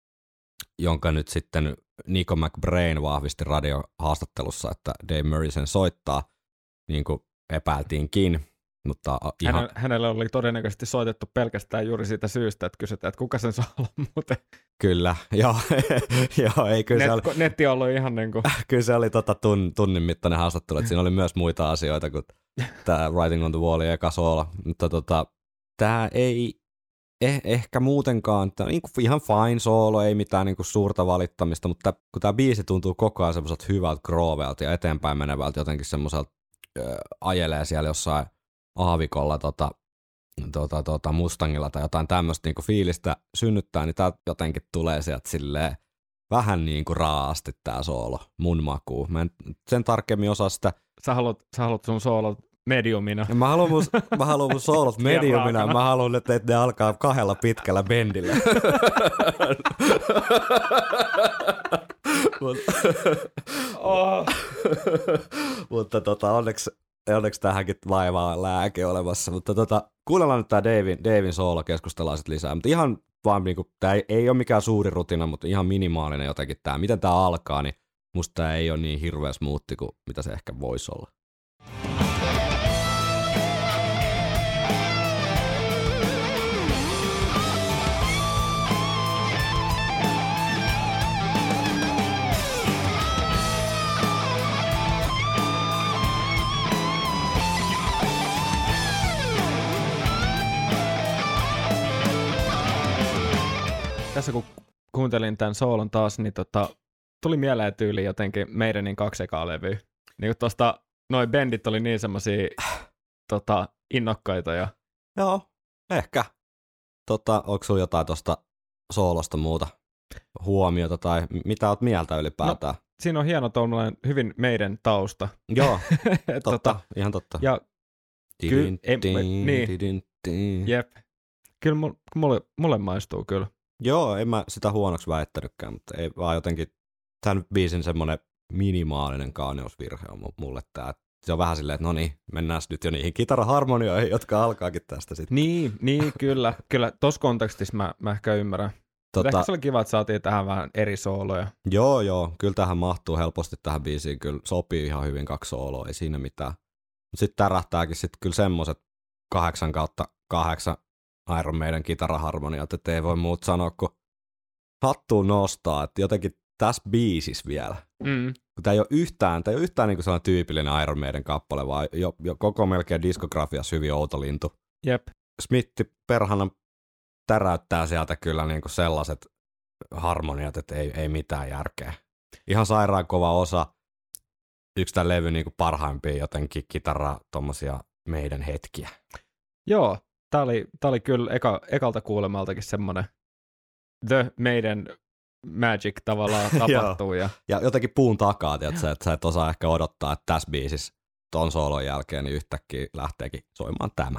jonka nyt sitten Nico McBrain vahvisti radiohaastattelussa, että Dave Murray sen soittaa, niin kuin epäiltiinkin. Mutta ihan... Häne, hänelle oli todennäköisesti soitettu pelkästään juuri siitä syystä, että kysytään, että kuka sen saa olla muuten. Kyllä, joo. joo ei, kyllä Net, se oli... Netti on ollut ihan niin kuin... kyllä se oli tota tun, tunnin mittainen haastattelu, että siinä oli myös muita asioita kuin tämä Writing on the Wall ja eka soola. Mutta tota, tämä ei eh, ehkä muutenkaan, tämä on niin kuin ihan fine soolo, ei mitään niin kuin suurta valittamista, mutta kun tämä biisi tuntuu koko ajan semmoiselta hyvältä groovelta ja eteenpäin menevältä jotenkin semmoiselta äh, ajelee siellä jossain aavikolla tota, tota, tota Mustangilla tai jotain tämmöistä niinku fiilistä synnyttää, niin tää jotenkin tulee sieltä silleen vähän niinku raasti tää soolo, mun makuu. Mä en sen tarkemmin osaa sitä. Sä haluat, sä haluat sun soolot mediumina. Mä haluan mun, mä haluan mun soolot mediumina, mä haluan, että ne alkaa kahdella pitkällä bendillä. oh. Mutta tota, onneksi Onneksi tähänkin vaivaa lääke olemassa, mutta tota, kuunnellaan nyt tää Davin, Davin soolo, keskustellaan sit lisää, mutta ihan vaan niinku, tää ei, ei ole mikään suuri rutina, mutta ihan minimaalinen jotenkin tää, miten tää alkaa, niin musta tää ei ole niin hirveä smoothi kuin mitä se ehkä voisi olla. Tässä kun kuuntelin tämän soolon taas, niin tota, tuli mieleen tyyli jotenkin meidän niin kaksi ekaa levyä. Niin tuosta noi bändit oli niin semmosia tota, innokkaita. Ja... Joo, ehkä. Tota, onko sulla jotain tuosta soolosta muuta huomiota tai mitä oot mieltä ylipäätään? No, siinä on hieno tuollainen hyvin meidän tausta. Joo, totta, tota, ihan totta. Ja kyllä, niin, jep. Kyllä mulle, mulle maistuu kyllä. Joo, en mä sitä huonoksi väittänytkään, mutta ei vaan jotenkin tämän biisin semmoinen minimaalinen kauneusvirhe on mulle tää. Se on vähän silleen, että no niin, mennään nyt jo niihin kitaraharmonioihin, jotka alkaakin tästä sitten. Niin, niin kyllä. Kyllä tuossa kontekstissa mä, mä ehkä ymmärrän. Tota, ehkä se oli kiva, että saatiin tähän vähän eri sooloja. Joo, joo. Kyllä tähän mahtuu helposti tähän biisiin. Kyllä sopii ihan hyvin kaksi sooloa, ei siinä mitään. Mutta sitten tärähtääkin sitten kyllä semmoiset kahdeksan kautta kahdeksan Iron Maiden kitaraharmoniat, että ei voi muut sanoa, kun hattuun nostaa. Että jotenkin tässä biisissä vielä. Mm. Tämä ei ole yhtään, tämä ei ole yhtään niin kuin sellainen tyypillinen Iron Maiden kappale, vaan jo, jo koko melkein diskografiassa hyvin outo lintu. Jep. Smithi perhana täräyttää sieltä kyllä niin kuin sellaiset harmoniat, että ei, ei mitään järkeä. Ihan sairaan kova osa. Yksi tämän levy niin kuin parhaimpia jotenkin kitara tommosia meidän hetkiä. Joo, tää oli, tää oli kyllä eka, ekalta kuulemaltakin semmoinen The meidän magic tavallaan tapahtuu. ja... ja jotenkin puun takaa, tiiätkö, että sä et osaa ehkä odottaa, että tässä biisissä ton soolon jälkeen niin yhtäkkiä lähteekin soimaan tämä.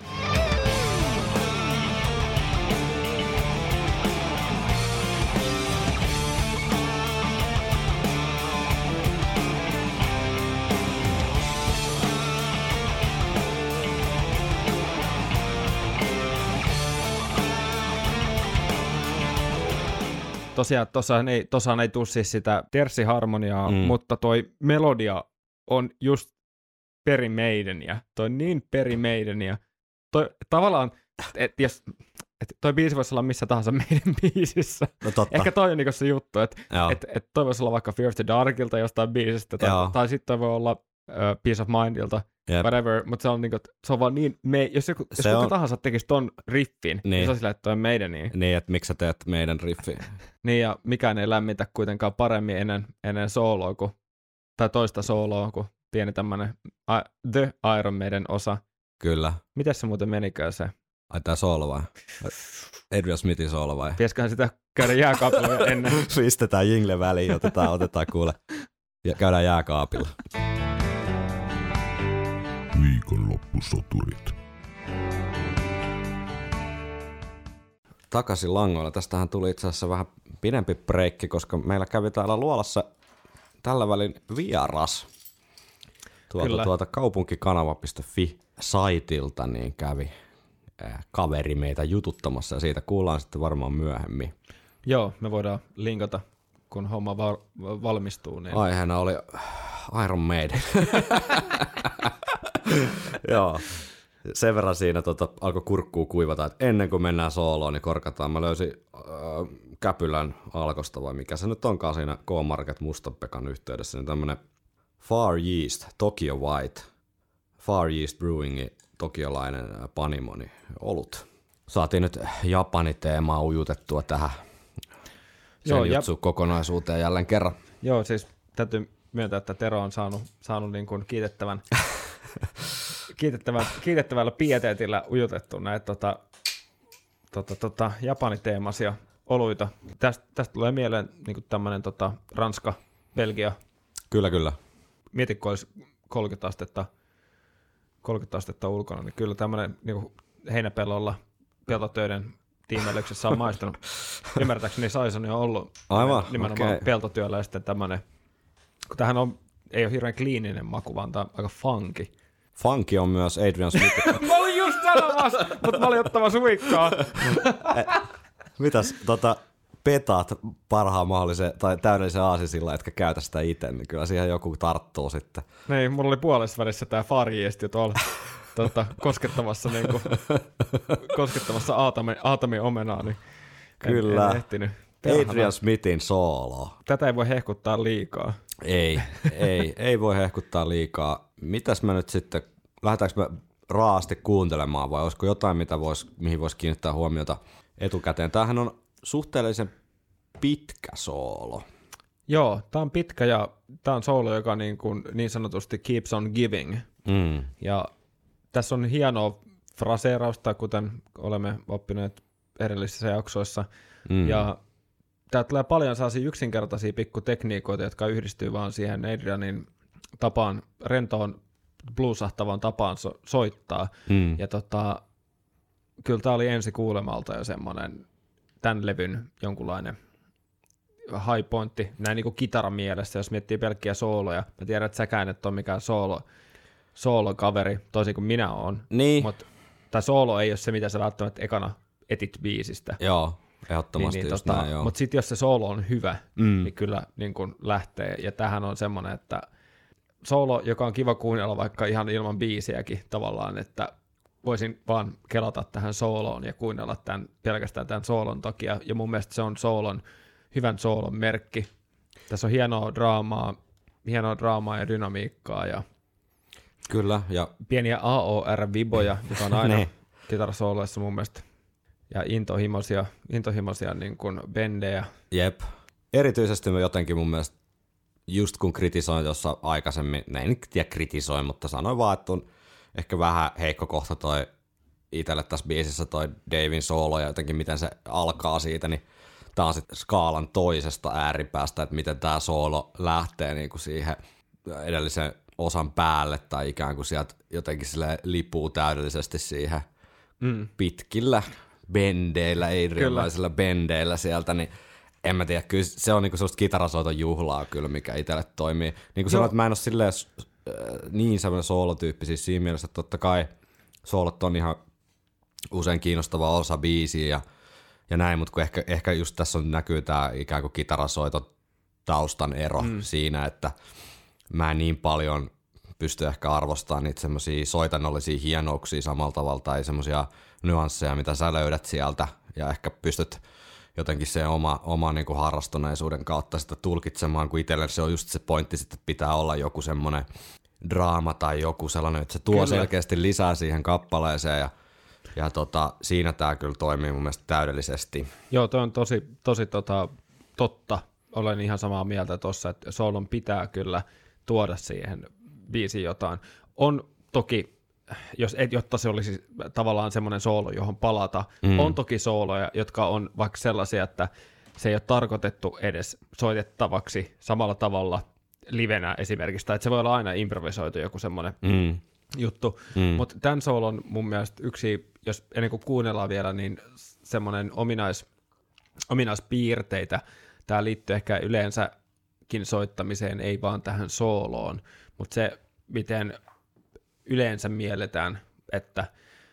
Tosiaan, tossahan ei, tossahan ei tule siis sitä terssiharmoniaa, mm. mutta toi melodia on just perin meideniä. Toi niin perin meideniä. Toi tavallaan, että jos et toi biisi voisi olla missä tahansa meidän biisissä. No totta. Ehkä toi on niinku se juttu, että et, et toi voisi olla vaikka Fear of the Darkilta jostain biisistä, tai, tai sitten toi voi olla uh, Peace of Mindilta, yep. whatever, mutta se on, niinku, se on vaan niin, me, jos joku, jos joku on... tahansa tekisi ton riffin, niin, niin se on silleen, että toi on meidän niin. Niin, että miksi sä teet meidän riffin. Niin, ja mikään ei lämmitä kuitenkaan paremmin ennen, ennen sooloa, kuin, tai toista sooloa, kuin pieni tämmönen The Iron Maiden osa. Kyllä. Miten se muuten menikään se? Ai tää soolo vai? Adrian Smithin soolo vai? Piesköhän sitä käydä jääkaapilla ennen? Pistetään jingle väliin, otetaan, otetaan kuule. Ja käydään jääkaapilla. Viikonloppusoturit. Takaisin langoilla. Tästähän tuli itse asiassa vähän pidempi breikki, koska meillä kävi täällä luolassa tällä välin vieras. Tuolta, tuolta kaupunkikanava piste fi-saitilta niin kävi äh, kaveri meitä jututtamassa ja siitä kuullaan sitten varmaan myöhemmin. Joo, me voidaan linkata, kun homma va- valmistuu. Niin... Aiheena oli Iron Maiden. Joo, sen verran siinä tota, alkoi kurkkuu kuivata, että ennen kuin mennään sooloon, niin korkataan. Mä löysin äh, Käpylän Alkosta vai mikä se nyt onkaan siinä K-Market Mustanpekan yhteydessä, niin tämmönen Far East Tokyo White, Far East Brewingin tokiolainen panimoni olut. Saatiin nyt Japani-teemaa ujutettua tähän senjutsu-kokonaisuuteen jälleen kerran. Joo, siis täytyy myöntää, että Tero on saanut, saanut niin kuin kiitettävän, kiitettävän, kiitettävällä pieteetillä ujutettu näitä tota, tota, tota, Japani-teemaisia oluita. Tästä, tästä tulee mieleen niin tämmöinen tota, Ranska, Belgia. Kyllä, kyllä. Mieti, kun olisi kolmekymmentä astetta, kolmekymmentä astetta ulkona, niin kyllä tämmöinen niin heinäpellolla peltotöiden tiimeilyksessä on maistunut. Ymmärtääkseni Saison on ollut aivan, nimenomaan okay. peltotyöllä ja sitten tämmöinen, kun tämähän on, ei ole hirveän kliininen maku, vaan tämä on aika funky. Funky on myös Adrian Smith. Mä olin just sanomassa, mutta mä olin ottamassa suikkaa. Mitäs tota, petaat parhaan mahdollisen tai täydellisen aasisilla, etkä käytä sitä itse, niin kyllä siihen joku tarttuu sitten. Niin, mulla oli puolessa välissä tää Far-East tuolla tota, koskettamassa, niinku, koskettamassa Aatamin, Aatamin omenaa, niin kyllä. En, en ehtinyt. Adrian Smithin soolo. Tätä ei voi hehkuttaa liikaa. Ei, ei, ei voi hehkuttaa liikaa. Mitäs mä nyt sitten, lähdetäänkö me raasti kuuntelemaan vai olisiko jotain, mitä vois, mihin voisi kiinnittää huomiota etukäteen? Tämähän on suhteellisen pitkä soolo. Joo, tää on pitkä ja tää on soolo, joka niin, kuin, niin sanotusti keeps on giving. Mm. Ja tässä on hienoa fraseerausta, kuten olemme oppineet edellisissä jaksoissa. Mm. Ja tää tulee paljon sellaisia yksinkertaisia pikkutekniikoita, jotka yhdistyy vaan siihen Adrianin tapaan, rentoon bluesahtavaan tapaan so- soittaa. Mm. Ja tota, kyllä tää oli ensi kuulemalta jo semmoinen tämän levyn jonkunlainen high pointti, näin niin kuin kitaran mielessä, jos miettii pelkkiä sooloja. Mä tiedän, että säkään et ole mikään soolo, soolo-kaveri, toisin kuin minä oon. Niin. Mutta tämä soolo ei ole se, mitä sä välttämättä ekana etit biisistä. Joo, ehdottomasti niin, niin, just tota, näin, joo. Mutta sitten jos se soolo on hyvä, Mm. niin kyllä niin kun lähtee. Ja tämähän on semmoinen, että soolo, joka on kiva kuunnella vaikka ihan ilman biisiäkin tavallaan, että voisin vaan kelata tähän sooloon ja kuunnella tämän, pelkästään tämän soolon takia. Ja mun mielestä se on soolon, hyvän soolon merkki. Tässä on hienoa draamaa, hienoa draamaa ja dynamiikkaa ja Kyllä, ja pieniä A O R-viboja, joka on aina Niin. kitarasooloissa mun mielestä. Ja intohimoisia, intohimoisia niin kuin bendejä. jep. Erityisesti mä jotenkin mun mielestä, just kun kritisoin tuossa aikaisemmin, ne ei nyt tiedä kritisoin, mutta sanoin vaan, että on ehkä vähän heikko kohta toi itselle tässä biisissä toi Davin soolo ja jotenkin miten se alkaa siitä, niin tää on sitten skaalan toisesta ääripäästä, että miten tää soolo lähtee niinku siihen edellisen osan päälle tai ikään kuin sieltä jotenkin sille lipuu täydellisesti siihen Mm. pitkillä bendeillä, Adrianlaisilla bendeillä sieltä, niin en mä tiedä, kyllä se on niinku sellaista kitarasoiton juhlaa kyllä, mikä itselle toimii. Niin kuin sanoin, että mä en ole silleen äh, niin semmoinen soolotyyppi, siis siinä mielessä, että totta kai soolot on ihan usein kiinnostava osa biisiä ja, ja näin, mutta kun ehkä, ehkä just tässä on, näkyy tämä ikään kuin kitarasoiton taustan ero mm. siinä, että mä en niin paljon pysty ehkä arvostamaan niitä semmoisia soitannollisia hienouksia samalla tavalla tai semmoisia nyansseja, mitä sä löydät sieltä ja ehkä pystyt jotenkin sen oma, oma niin kuin harrastuneisuuden kautta sitä tulkitsemaan, kun itselle se on just se pointti, että pitää olla joku semmoinen draama tai joku sellainen, että se tuo Kyllä. selkeästi lisää siihen kappaleeseen ja, ja tota, siinä tämä kyllä toimii mun mielestä täydellisesti. Joo, toi on tosi, tosi tota, totta. Olen ihan samaa mieltä tuossa, että soolon pitää kyllä tuoda siihen biisiin jotain. On toki, jos et, jotta se olisi tavallaan semmoinen soolo, johon palata, mm. on toki sooloja, jotka on vaikka sellaisia, että se ei ole tarkoitettu edes soitettavaksi samalla tavalla livenä esimerkiksi, tai että se voi olla aina improvisoitu joku semmoinen Mm. juttu, Mm. mutta tämän soolon mun mielestä yksi, jos ennen kuin kuunnellaan vielä, niin semmoinen ominais, ominaispiirteitä, tämä liittyy ehkä yleensäkin soittamiseen, ei vaan tähän sooloon, mutta se, miten yleensä mielletään, että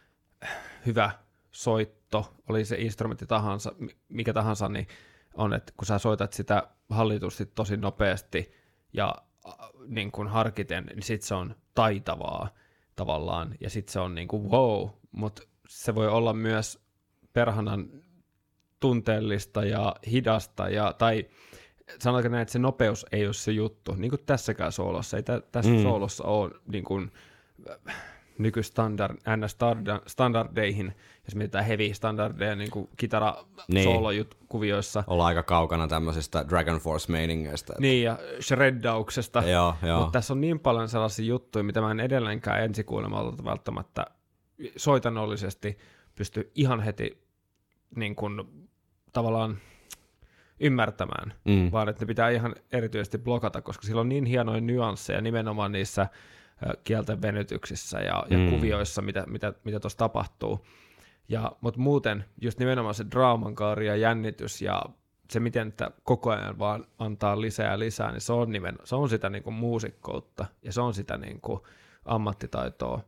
hyvä soitto, oli se instrumentti tahansa, mikä tahansa, niin on, että kun sä soitat sitä hallitusti tosi nopeasti ja niin kuin harkiten, niin sit se on taitavaa tavallaan, ja sit se on niin kuin wow, mutta se voi olla myös perhanan tunteellista ja hidasta, ja, tai sanotaanko näin, että se nopeus ei ole se juttu, niin kuin tässäkään soolossa, ei tä, tässä mm. soolossa ole niin kuin nykystandard, N S-standardeihin, jos mietitään heavy-standardeja niin kuin kitara-soolokuvioissa. Ollaan aika kaukana tämmöisistä Dragon Force-meiningeistä. Niin, ja shreddauksesta. Joo, joo. Mutta tässä on niin paljon sellaisia juttuja, mitä mä en edelleenkään ensikuulemalta välttämättä soitannollisesti pysty ihan heti niin kuin, tavallaan ymmärtämään, Mm. vaan että ne pitää ihan erityisesti blokata, koska sillä on niin hienoja nyansseja nimenomaan niissä kielten venytyksissä ja, ja Mm. kuvioissa, mitä tuossa mitä, mitä tuossa tapahtuu. Ja, mutta muuten just nimenomaan se draaman kaari ja jännitys ja se, miten että koko ajan vaan antaa lisää ja lisää, niin se on, nimen, se on sitä niin kuin muusikkoutta ja se on sitä niin kuin ammattitaitoa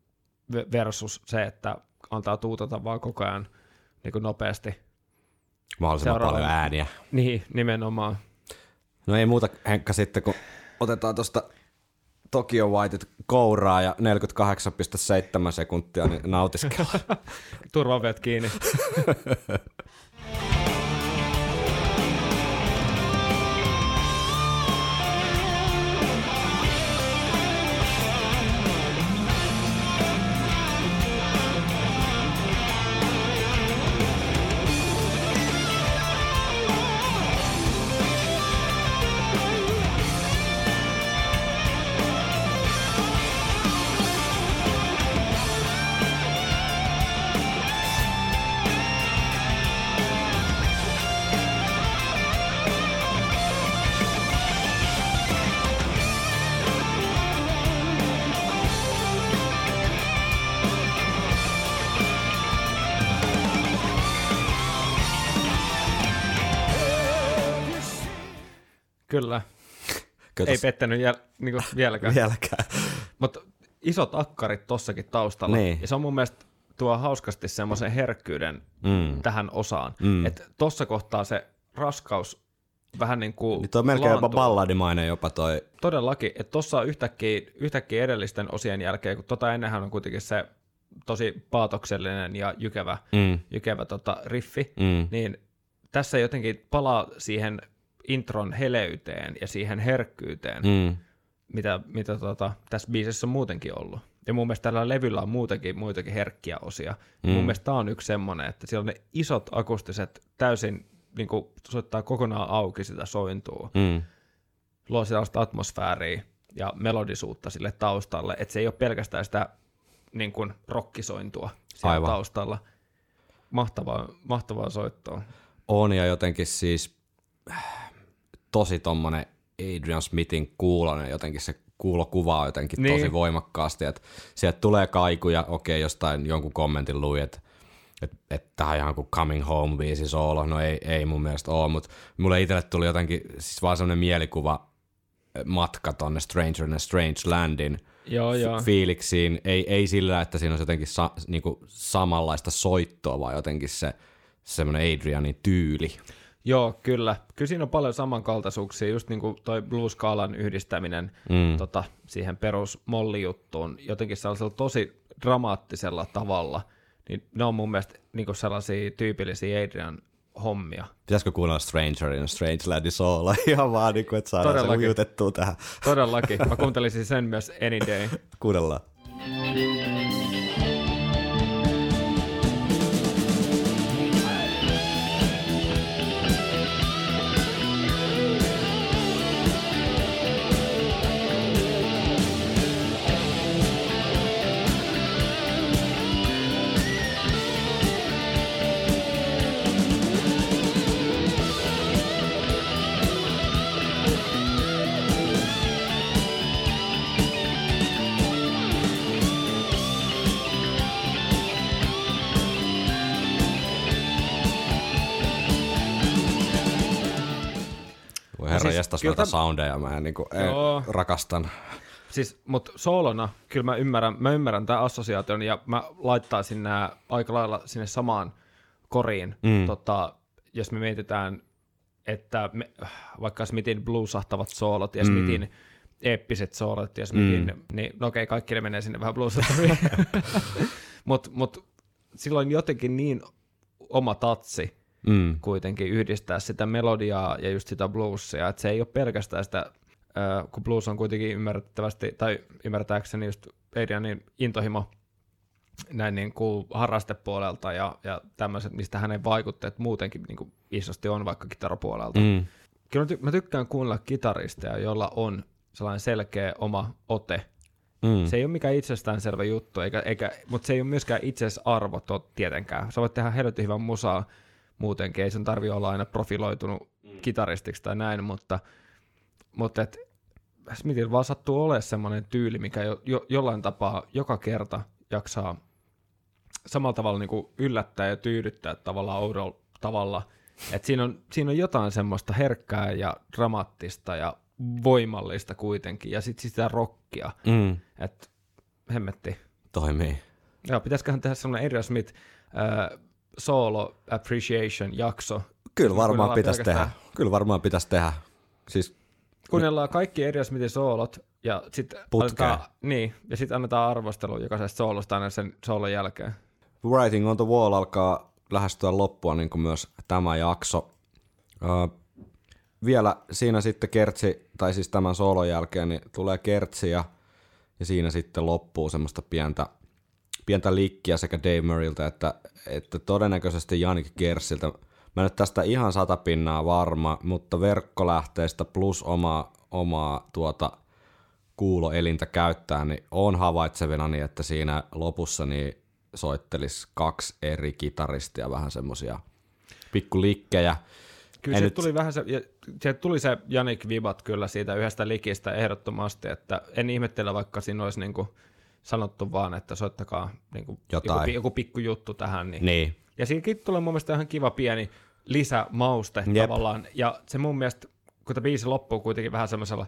versus se, että antaa tuutata vaan koko ajan niin kuin nopeasti. Mahdollisimman Seuraava. paljon ääniä. Niin, nimenomaan. No ei muuta, Henkka, sitten kun otetaan tuosta Tokyo Whitet kouraa ja neljäkymmentäkahdeksan pilkku seitsemän sekuntia, niin nautiskellaan. Turvavyöt kiinni. Kyllä. Kyllä Ei tos- pettänyt jäl, niin kuin vieläkään. Vieläkään. Mutta isot akkarit tossakin taustalla. Niin. Ja se on mun mielestä tuo hauskasti semmoisen herkkyyden Mm. tähän osaan. Mm. Että tossa kohtaa se raskaus vähän niin kuin Niin toi on melkein jopa laantuu. balladimainen jopa toi. Todellakin, että tuossa on yhtäkkiä, yhtäkkiä edellisten osien jälkeen, kun tota ennenhän on kuitenkin se tosi paatoksellinen ja jykevä, Mm. jykevä tota riffi, Mm. niin tässä jotenkin palaa siihen intron heleyteen ja siihen herkkyyteen, Mm. mitä, mitä tota, tässä biisissä on muutenkin ollut. Ja mun mielestä tällä levyllä on muutenkin, muitakin herkkiä osia. Mm. Mun mielestä tää on yksi semmoinen, että siellä on ne isot akustiset, täysin niin kuin soittaa kokonaan auki sitä sointua. Mm. Luo sellaista atmosfääriä ja melodisuutta sille taustalle, että se ei ole pelkästään sitä niin kuin rockisointua siellä Aivan. taustalla. Mahtavaa, mahtavaa soittoa. On ja jotenkin siis äh, tosi tommonen Adrian Smithin kuulonen, jotenkin se kuulo kuvaa jotenkin Niin. tosi voimakkaasti, että sieltä tulee kaikuja, okei jostain jonkun kommentin luin, että että et tämä on ihan kuin Coming Home biisi soolo, no ei, ei mun mielestä ole, mutta mulle itselle tuli jotenkin siis vaan semmoinen mielikuva matka tonne Stranger in a Strange Landin Joo, joo. f- fiiliksiin, ei, ei sillä, että siinä on jotenkin sa, niinku samanlaista soittoa, vaan jotenkin se semmoinen Adrianin tyyli. Joo, kyllä. Kyllä siinä on paljon samankaltaisuuksia, just niin kuin toi blues-skaalan yhdistäminen Mm. tota, siihen perus mollijuttuun jotenkin sellaisella tosi dramaattisella tavalla, niin ne on mun mielestä niin kuin sellaisia tyypillisiä Adrian hommia. Pitäisikö kuunnella Stranger in a Strange Landin soolo ihan vaan, niin kuin, että saadaan se Todellakin. ujutettua tähän. Todellakin. Mä kuuntelisin sen myös Any Day. Kuunnellaan. Voi herra siis jestas kyllä noita tän- soundeja, mä en, niin kuin, en, Joo. rakastan. Siis, mutta soolona, kyllä mä ymmärrän, mä ymmärrän tämän assosiaation, ja mä laittaisin nämä aika lailla sinne samaan koriin, Mm. tota, jos me mietitään, että me, vaikka Smithin bluesahtavat soolot ja Mm. Smithin eeppiset soolot ja Smithin, Mm. niin no okei, kaikki ne menee sinne vähän bluesattaviin, mutta mut, silloin jotenkin niin oma tatsi Mm. kuitenkin yhdistää sitä melodiaa ja just sitä bluesia, että se ei ole pelkästään sitä, äh, kun blues on kuitenkin ymmärrettävästi, tai ymmärtääkseni just Adrianin intohimo näin niin kuin harrastepuolelta ja, ja tämmöiset, mistä hänen vaikutteet muutenkin niin kuin isosti on vaikka kitarapuolelta. Mm. Kyllä mä, ty- mä tykkään kuunnella kitaristeja, jolla on sellainen selkeä oma ote. Mm. Se ei ole mikään itsestäänselvä juttu, eikä, eikä, mutta se ei ole myöskään itsesarvo tot, tietenkään. Sä voit tehdä helvetin hyvän musaa muutenkin, ei sen tarvitse olla aina profiloitunut kitaristiksi tai näin, mutta, mutta et Smithillä vaan sattuu olemaan semmoinen tyyli, mikä jo, jo, jollain tapaa joka kerta jaksaa samalla tavalla niin kuin yllättää ja tyydyttää tavallaan oudolla tavalla. Et siinä, on, siinä on jotain semmoista herkkää ja dramaattista ja voimallista kuitenkin, ja sitten sitä rockia, Mm. että hemmetti. Toimii. Joo, pitäisiköhän tehdä semmoinen Adrian Smith äh, solo appreciation jakso. Kyllä varmaan Kuunnellaan pitäisi tehdä. pelkästään- Kyllä varmaan pitäisi tehdä. Siis Kuunnellaan kaikki Adrian Smithin soolot, ja sitten Putkeen. annetaan, niin, ja sit annetaan arvostelu jokaisesta soolosta aina sen soolon jälkeen. Writing on the Wall alkaa lähestyä loppua, niin kuin myös tämä jakso. Öö, vielä siinä sitten kertsi, tai siis tämän soolon jälkeen, niin tulee kertsi ja, ja siinä sitten loppuu semmoista pientä, pientä liikkiä sekä Dave Murrayltä että, että todennäköisesti Jannik Kersiltä. Mä en nyt tästä ihan sata pinnaa varma, mutta verkkolähteistä plus omaa, omaa tuota kuuloelintä käyttää, niin on havaitsevina niin, että siinä lopussa niin soittelisi kaksi eri kitaristia, vähän semmosia pikkulikkejä. Kyllä Ei se nyt- tuli vähän se, ja sieltä tuli se Jannik Vibat kyllä siitä yhdestä likistä ehdottomasti, että en ihmettele, vaikka siinä olisi niin kuin sanottu vaan, että soittakaa niin kuin Jotain. joku, joku pikku juttu tähän. Niin. Niin. Ja siinäkin tulee mun mielestä ihan kiva pieni lisämauste Jep. tavallaan, ja se mun mielestä kun tämä biisi loppuu kuitenkin vähän semmoisella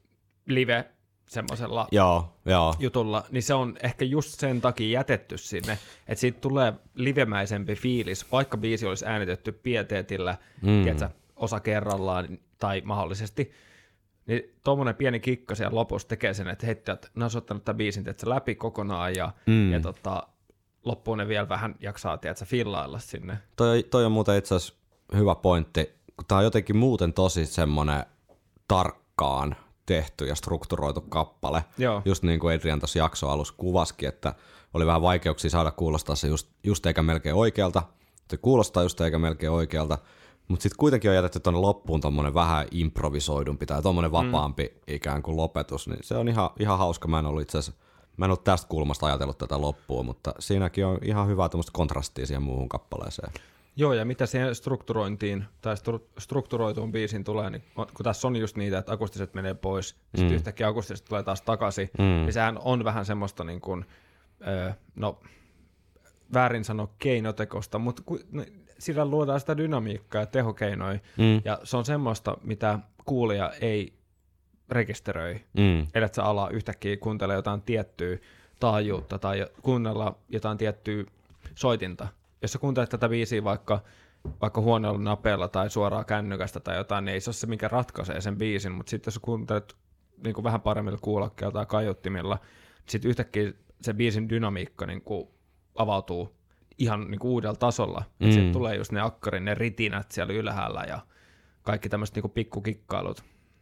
live semmoisella joo, joo. jutulla, niin se on ehkä just sen takia jätetty sinne, että siitä tulee livemäisempi fiilis, vaikka biisi olisi äänitetty pieteetillä, mm. tiedätkö, osa kerrallaan tai mahdollisesti, niin tuommoinen pieni kikka siellä lopussa tekee sen, että heittäjät, ne on ottanut tämän biisin tiedätkö, läpi kokonaan ja, mm. ja tota, loppuun ne vielä vähän jaksaa tiedätkö, fillailla sinne. Toi, toi on muuten itse asiassa hyvä pointti, kun tää on jotenkin muuten tosi semmoinen tarkkaan tehty ja strukturoitu kappale. Joo. Just niin kuin Adrian tuossa jakson alussa kuvasikin, että oli vähän vaikeuksia saada kuulostaa se just, just eikä melkein oikealta. Se kuulostaa just eikä melkein oikealta, mutta sitten kuitenkin on jätetty tuonne loppuun tommonen vähän improvisoidumpi tai tommonen vapaampi mm. ikään kuin lopetus, niin se on ihan, ihan hauska. Mä en ollut itse asiassa, mä en ollut tästä kulmasta ajatellut tätä loppuun, mutta siinäkin on ihan hyvää tämmöistä kontrastia siihen muuhun kappaleeseen. Joo, ja mitä siihen strukturointiin tai stru- strukturoituun biisiin tulee, niin kun tässä on just niitä, että akustiset menee pois, mm. sitten yhtäkkiä akustiset tulee taas takaisin, mm. niin sehän on vähän semmoista niin kuin, öö, no väärin sanoa keinotekosta, mutta ku, no, sillä luodaan sitä dynamiikkaa ja tehokeinoja, mm. ja se on semmoista, mitä kuulija ei rekisteröi, mm. ellei sä ala yhtäkkiä kuuntele jotain tiettyä taajuutta tai kuunnella jotain tiettyä soitinta. Jos sä kuuntelet tätä biisiä vaikka, vaikka huoneella napeella tai suoraan kännykästä tai jotain, niin ei se ole se, mikä ratkaisee sen biisin, mutta sitten jos sä kuuntelet niin kuin vähän paremmilla kuulokkeilla tai kaiuttimilla, niin sitten yhtäkkiä se biisin dynamiikka niin kuin avautuu ihan niin kuin uudella tasolla. Mm. Sitten tulee just ne akkarin, ne ritinät siellä ylhäällä ja kaikki tämmöiset niin kuin pikkukikkailut.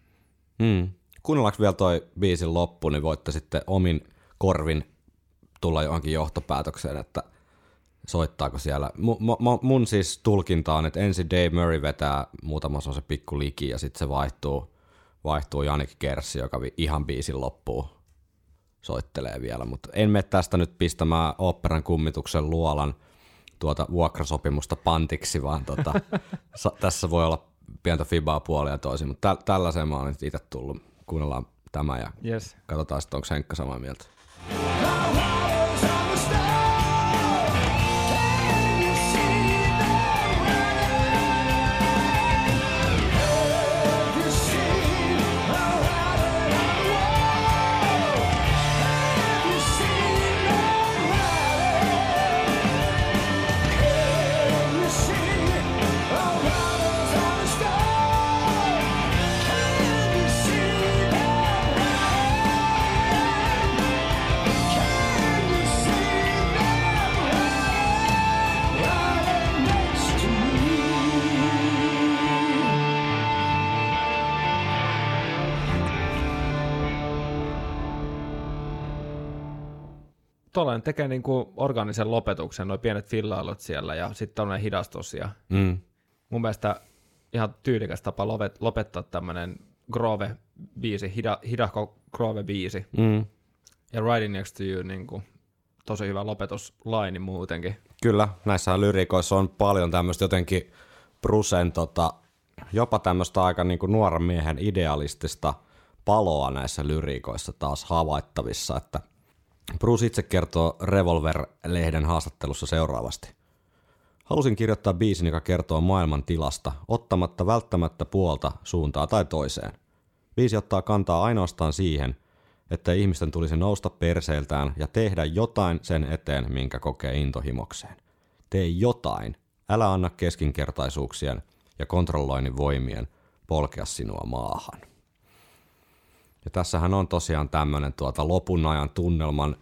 Mm. Kuunnellaanko vielä toi biisin loppu, niin voitte sitten omin korvin tulla johonkin johtopäätökseen, että soittaako siellä. M- m- mun siis tulkinta on, että ensin Dave Murray vetää muutama se pikku liki ja sitten se vaihtuu, vaihtuu Jannik Kerssi, joka vi- ihan biisin loppuun soittelee vielä. Mutta en mene tästä nyt pistämään oopperan kummituksen luolan tuota vuokrasopimusta pantiksi, vaan tota, sa- tässä voi olla pientä fibaa puolia ja toisin, mutta tä- tällaiseen mä oon nyt itse tullut. Kuunnellaan tämä ja yes. Katsotaan sitten, onko Henkka samaa mieltä. Tuollainen tekee niin kuin orgaanisen lopetuksen, nuo pienet fillailut siellä ja sitten tämmöinen hidastus. Ja Mm. mun mielestä ihan tyylikäs tapa lopettaa tämmöinen groove-biisi, hida, hidahko groove-biisi. Mm. Ja Riding Next to You, niin kuin, tosi hyvä lopetuslaini muutenkin. Kyllä, näissä lyriikoissa on paljon tämmöistä jotenkin Brucen tota, jopa tämmöistä aika niin kuin nuoren miehen idealistista paloa näissä lyriikoissa taas havaittavissa, että Bruce itse kertoo Revolver-lehden haastattelussa seuraavasti. Halusin kirjoittaa biisin, joka kertoo maailman tilasta, ottamatta välttämättä puolta suuntaa tai toiseen. Biisi ottaa kantaa ainoastaan siihen, että ihmisten tulisi nousta perseiltään ja tehdä jotain sen eteen, minkä kokee intohimokseen. Tee jotain, älä anna keskinkertaisuuksien ja kontrolloinnin voimien polkea sinua maahan. Ja tässähän on tosiaan tämmöinen tuota lopun ajan tunnelman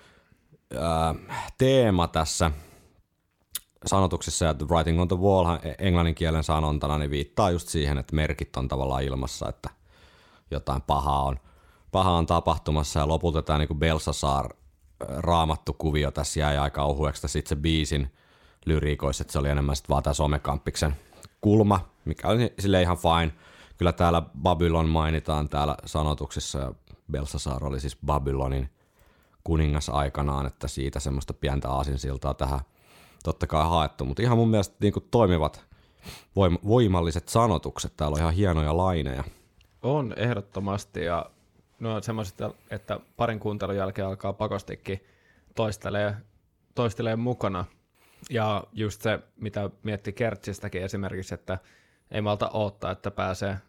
ää, teema tässä sanotuksissa, ja Writing on the Wall englannin kielen sanontana niin viittaa just siihen, että merkit on tavallaan ilmassa, että jotain pahaa on, pahaa on tapahtumassa, ja lopulta tämä niin kuin Belsasar raamattu kuvio tässä jäi aika ohueksi, sitten se biisin lyriikoissa, että se oli enemmän sitten vaan tämä somekampiksen kulma, mikä oli sille ihan fine. Kyllä täällä Babylon mainitaan täällä sanotuksissa, ja Belsasar oli siis Babylonin kuningas aikanaan, että siitä semmoista pientä aasinsiltaa tähän totta kai haettu, mutta ihan mun mielestä niin kuin toimivat voim- voimalliset sanotukset, täällä on ihan hienoja laineja. On ehdottomasti, ja no on semmoiset, että parin kuuntelun jälkeen alkaa pakostikin toistelee, toistelee mukana, ja just se, mitä mietti Kertsistäkin esimerkiksi, että ei malta odottaa, että pääsee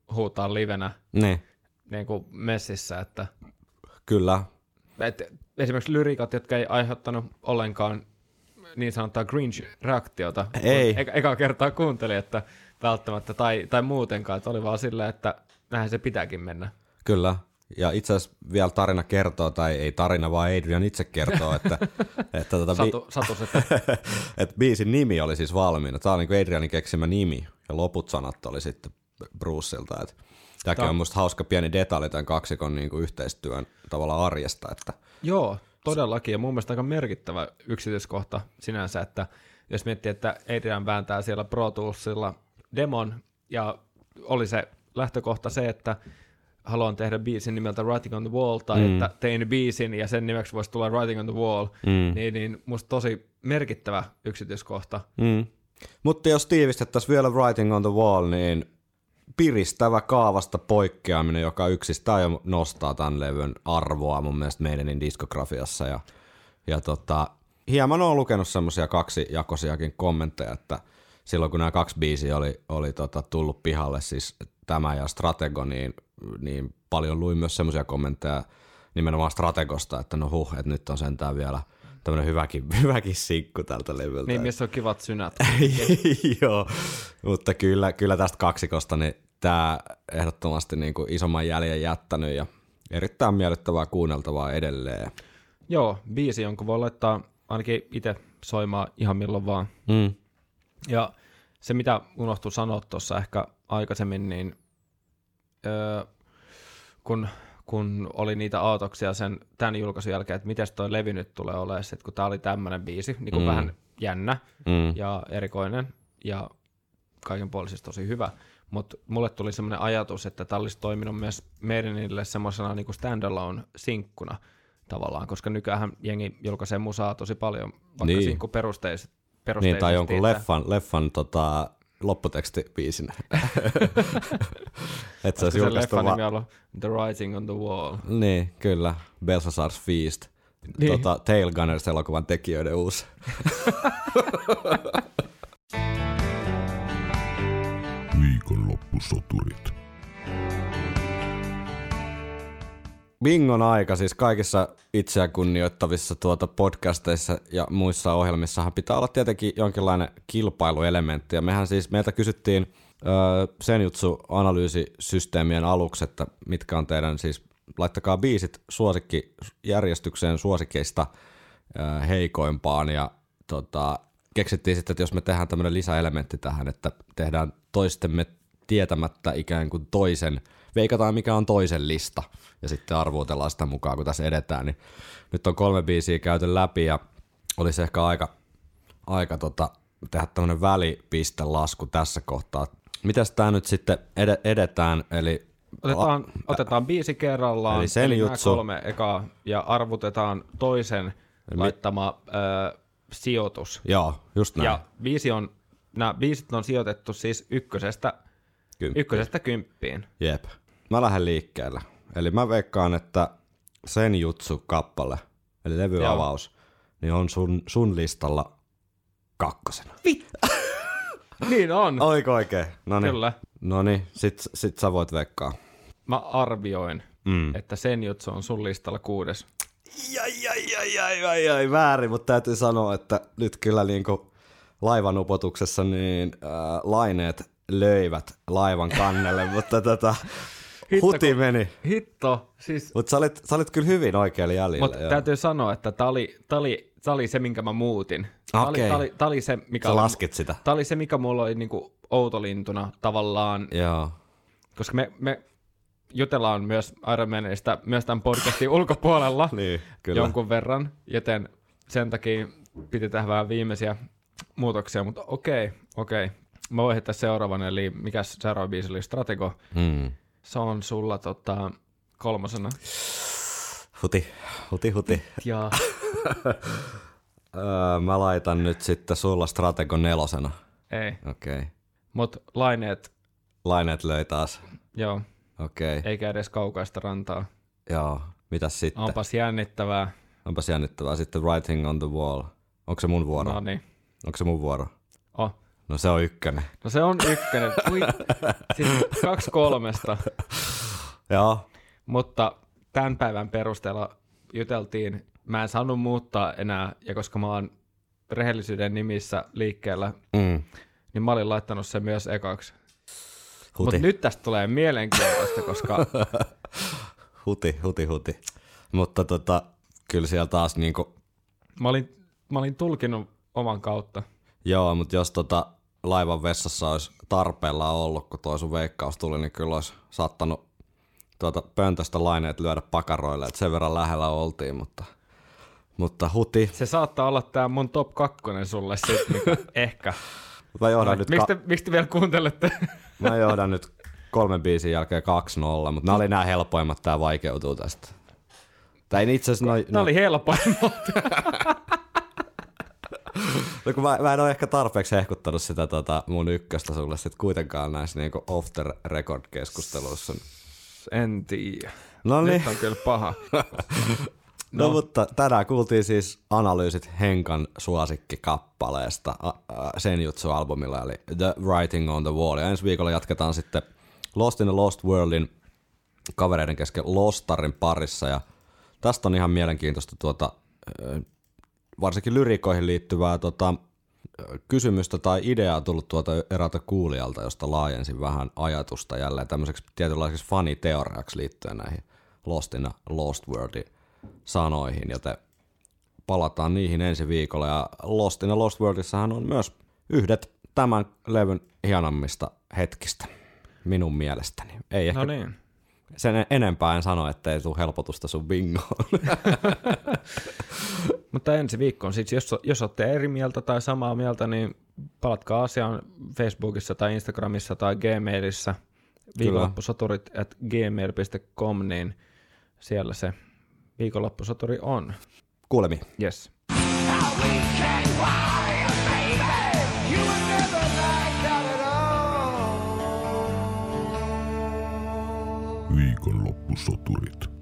huutaa livenä Niin, niin kuin messissä, että kyllä. et, esimerkiksi lyriikat, jotka ei aiheuttanut ollenkaan niin sanottua cringe-reaktiota, Ei. kun eka, eka kertaa kuuntelin, että välttämättä, tai, tai muutenkaan, että oli vaan silleen, että näinhän se pitääkin mennä. Kyllä. Ja itse asiassa vielä tarina kertoo, tai ei tarina, vaan Adrian itse kertoo, että, että tota, Satu, satus, että että biisin nimi oli siis valmiina. Tämä on niin kuin Adrianin keksimä nimi, ja loput sanat oli sitten Brucelta. Että tämäkin Tämä- on musta hauska pieni detalji tämän kaksikon niin kuin yhteistyön tavallaan arjesta. Että joo, todellakin, ja mun mielestä aika merkittävä yksityiskohta sinänsä, että jos miettii, että Adrian vääntää siellä Pro Toolsilla demon, ja oli se lähtökohta se, että haluan tehdä biisin nimeltä Writing on the Wall, tai mm. että tein biisin, ja sen nimeksi voisi tulla Writing on the Wall, mm. niin, niin musta tosi merkittävä yksityiskohta. Mm. Mutta jos tiivistettäisiin vielä Writing on the Wall, niin piristävä kaavasta poikkeaminen, joka yksistään jo nostaa tämän levyn arvoa mun mielestä meidänin diskografiassa. Ja, ja tota, hieman olen lukenut semmoisia kaksijakosiakin kommentteja, että silloin kun nämä kaksi biisiä oli, oli tota, tullut pihalle, siis tämä ja Stratego, niin, niin paljon luin myös semmoisia kommentteja nimenomaan Strategosta, että no huh, että nyt on sentään vielä tämmöinen hyväkin, hyväkin sinkku tältä levyltä. Niin, missä on kivat synät. Joo, mutta kyllä, kyllä tästä kaksikosta niin tämä ehdottomasti niin kuin isomman jäljen jättänyt ja erittäin miellyttävää kuunneltavaa edelleen. Joo, biisi, jonka voi laittaa ainakin itse soimaan ihan milloin vaan. Mm. Ja se, mitä unohtui sanoa tuossa ehkä aikaisemmin, niin öö, kun, kun oli niitä aatoksia sen tämän julkaisun jälkeen, että miten toi levy nyt tulee olemaan, että kun tää oli tämmöinen biisi, niin kuin Mm. vähän jännä Mm. ja erikoinen ja kaiken puolisesti tosi hyvä, mutta mulle tuli semmoinen ajatus, että tämä olisi toiminut myös meidänille semmoisena niin kuin standalone-sinkkuna tavallaan, koska nykyään jengi julkaisee musaa tosi paljon, vaikka Niin. sinkkuperusteisesti. Niin, tai jonkun että- leffan, leffan tota, lopputekstibiisinä. Että se olisi Olisiko se julkaistu leffan va- nimi ollut The Writing on the Wall? Niin, kyllä. Belshazzar's Feast. Niin. Tota, Tail Gunners-elokuvan tekijöiden uusi. Viikonloppusoturit. Bingon aika, siis kaikissa itseä kunnioittavissa tuota podcasteissa ja muissa ohjelmissahan pitää olla tietenkin jonkinlainen kilpailuelementti. Ja mehän siis, meiltä kysyttiin öö, Senjutsu-analyysisysteemien aluksi, että mitkä on teidän siis, laittakaa biisit suosikkijärjestykseen suosikeista öö, heikoimpaan ja tota, keksittiin sitten, että jos me tehdään tämmöinen lisäelementti tähän, että tehdään toistemme tietämättä ikään kuin toisen, veikataan mikä on toisen lista ja sitten arvuutellaan sitä mukaan, kun tässä edetään, niin nyt on kolme biisiä käyty läpi ja olisi ehkä aika, aika tota, tehdä tämmöinen välipistelasku tässä kohtaa. Mitäs tää nyt sitten ed- edetään, eli Otetaan, otetaan biisi kerrallaan, Eli eli nämä Senjutsu. kolme ekaa, ja arvutetaan toisen laittama ö, sijoitus. joo, just näin. Ja biisi on, nämä biisit on sijoitettu siis ykkösestä, Kymppi. ykkösestä kymppiin. Jep. Mä lähden liikkeelle. Eli mä veikkaan, että Senjutsu-kappale, eli levyavaus, niin on sun, sun listalla kakkosena. Niin on, Oliko oikein? Noniin. kyllä. Noniin, sit, sit sä voit veikkaa. Mä arvioin, Mm. että Senjutsu on sun listalla kuudes. Jai, jai, jai, jai, jai, jai, väärin, mutta täytyy sanoa, että nyt kyllä niinku laivan upotuksessa niin äh, laineet löivät laivan kannelle, mutta tota, Hitto, huti kun- meni. Hitto, siis, Mutta sä olit, sä olit kyllä hyvin oikealla jäljellä. mutta joo. täytyy sanoa, että tää oli, tää oli, tää oli se, minkä mä muutin. Tää oli, Okei. tää oli, tää oli se, mikä Sä oli, laskit sitä. tää oli se, mikä mulla oli niinku outolintuna tavallaan, Joo. koska me, me jutellaan myös Iron Manista myös tämän podcastin ulkopuolella Niin, kyllä. jonkun verran, joten sen takia piti tehdä vähän viimeisiä muutoksia, mutta okei, okei. Mä voin heittää seuraavan, eli mikä seuraava biisi oli Stratego. Hmm. Se on sulla tota, kolmosena. Huti, huti, huti. Ja öö, mä laitan nyt sitten sulla Stratego nelosena. ei, Okei. Okay. mut laineet, Laineet löi taas. joo, Okei. Okay. eikä edes kaukaista rantaa. Joo. Mitäs sitten? Onpas jännittävää. Onpas jännittävää. Sitten Writing on the Wall. Onko se mun vuoro? No niin. Onko se mun vuoro? Oh. No se on ykkönen. No se on ykkönen. Ui, siis kaksi kolmesta. Joo. Mutta tämän päivän perusteella juteltiin, mä en saanut muuttaa enää, ja koska mä oon rehellisyyden nimissä liikkeellä, Mm. niin mä olin laittanut sen myös ekaksi. Huti. Mutta nyt tästä tulee mielenkiintoista, koska... huti, huti, huti. Mutta tota, kyllä siellä taas niinku... Mä olin, mä olin tulkinut oman kautta. Joo, mutta jos tota laivan vessassa olisi tarpeella ollut, kun toi sun veikkaus tuli, niin kyllä olisi saattanut tuota pöntöstä laineet lyödä pakaroille, että sen verran lähellä oltiin, mutta, mutta huti. Se saattaa olla tää mun top kakkonen sulle sit, mikä ehkä. Mä johdan, nyt, miksi, ka- te, miksi te vielä kuuntelette? mä johdan nyt kolmen biisin jälkeen kaksi nolla, mutta nämä oli nämä helpoimmat, tää vaikeutuu tästä. Tää ei itse asiassa... Noi, Nämä oli helpoimmat. No kun mä, mä en ole ehkä tarpeeksi hehkuttanut sitä tota, mun ykköstä sulle sit kuitenkaan näissä niinku off the record keskusteluissa. En tiedä. No niin. Nyt on kyllä paha. No, no mutta tänään kuultiin siis analyysit Henkan suosikkikappaleesta Senjutsu-albumilla, eli The Writing on the Wall. Ja ensi viikolla jatketaan sitten Lost in the Lost Worldin kavereiden kesken Lostarin parissa. Ja tästä on ihan mielenkiintoista tuota, varsinkin lyrikoihin liittyvää tota, kysymystä tai ideaa tullut tuolta eräältä kuulijalta, josta laajensin vähän ajatusta jälleen tämmöiseksi tietynlaiseksi faniteoriaksi liittyen näihin Lost in the Lost Worldin sanoihin, joten palataan niihin ensi viikolla. Ja Lost in the Lost Worldissahan on myös yhdet tämän levyn hienommista hetkistä, minun mielestäni. Ei ehkä No niin. sen enempää en sano, ettei tule helpotusta sun bingoon. Mutta ensi viikkoon, siis jos, jos olette eri mieltä tai samaa mieltä, niin palatkaa asiaan Facebookissa tai Instagramissa tai Gmailissa viikonloppusoturit at gmail piste com, niin siellä se viikonloppusoturi on. Kuulemiin. Yes. Viikonloppusoturit.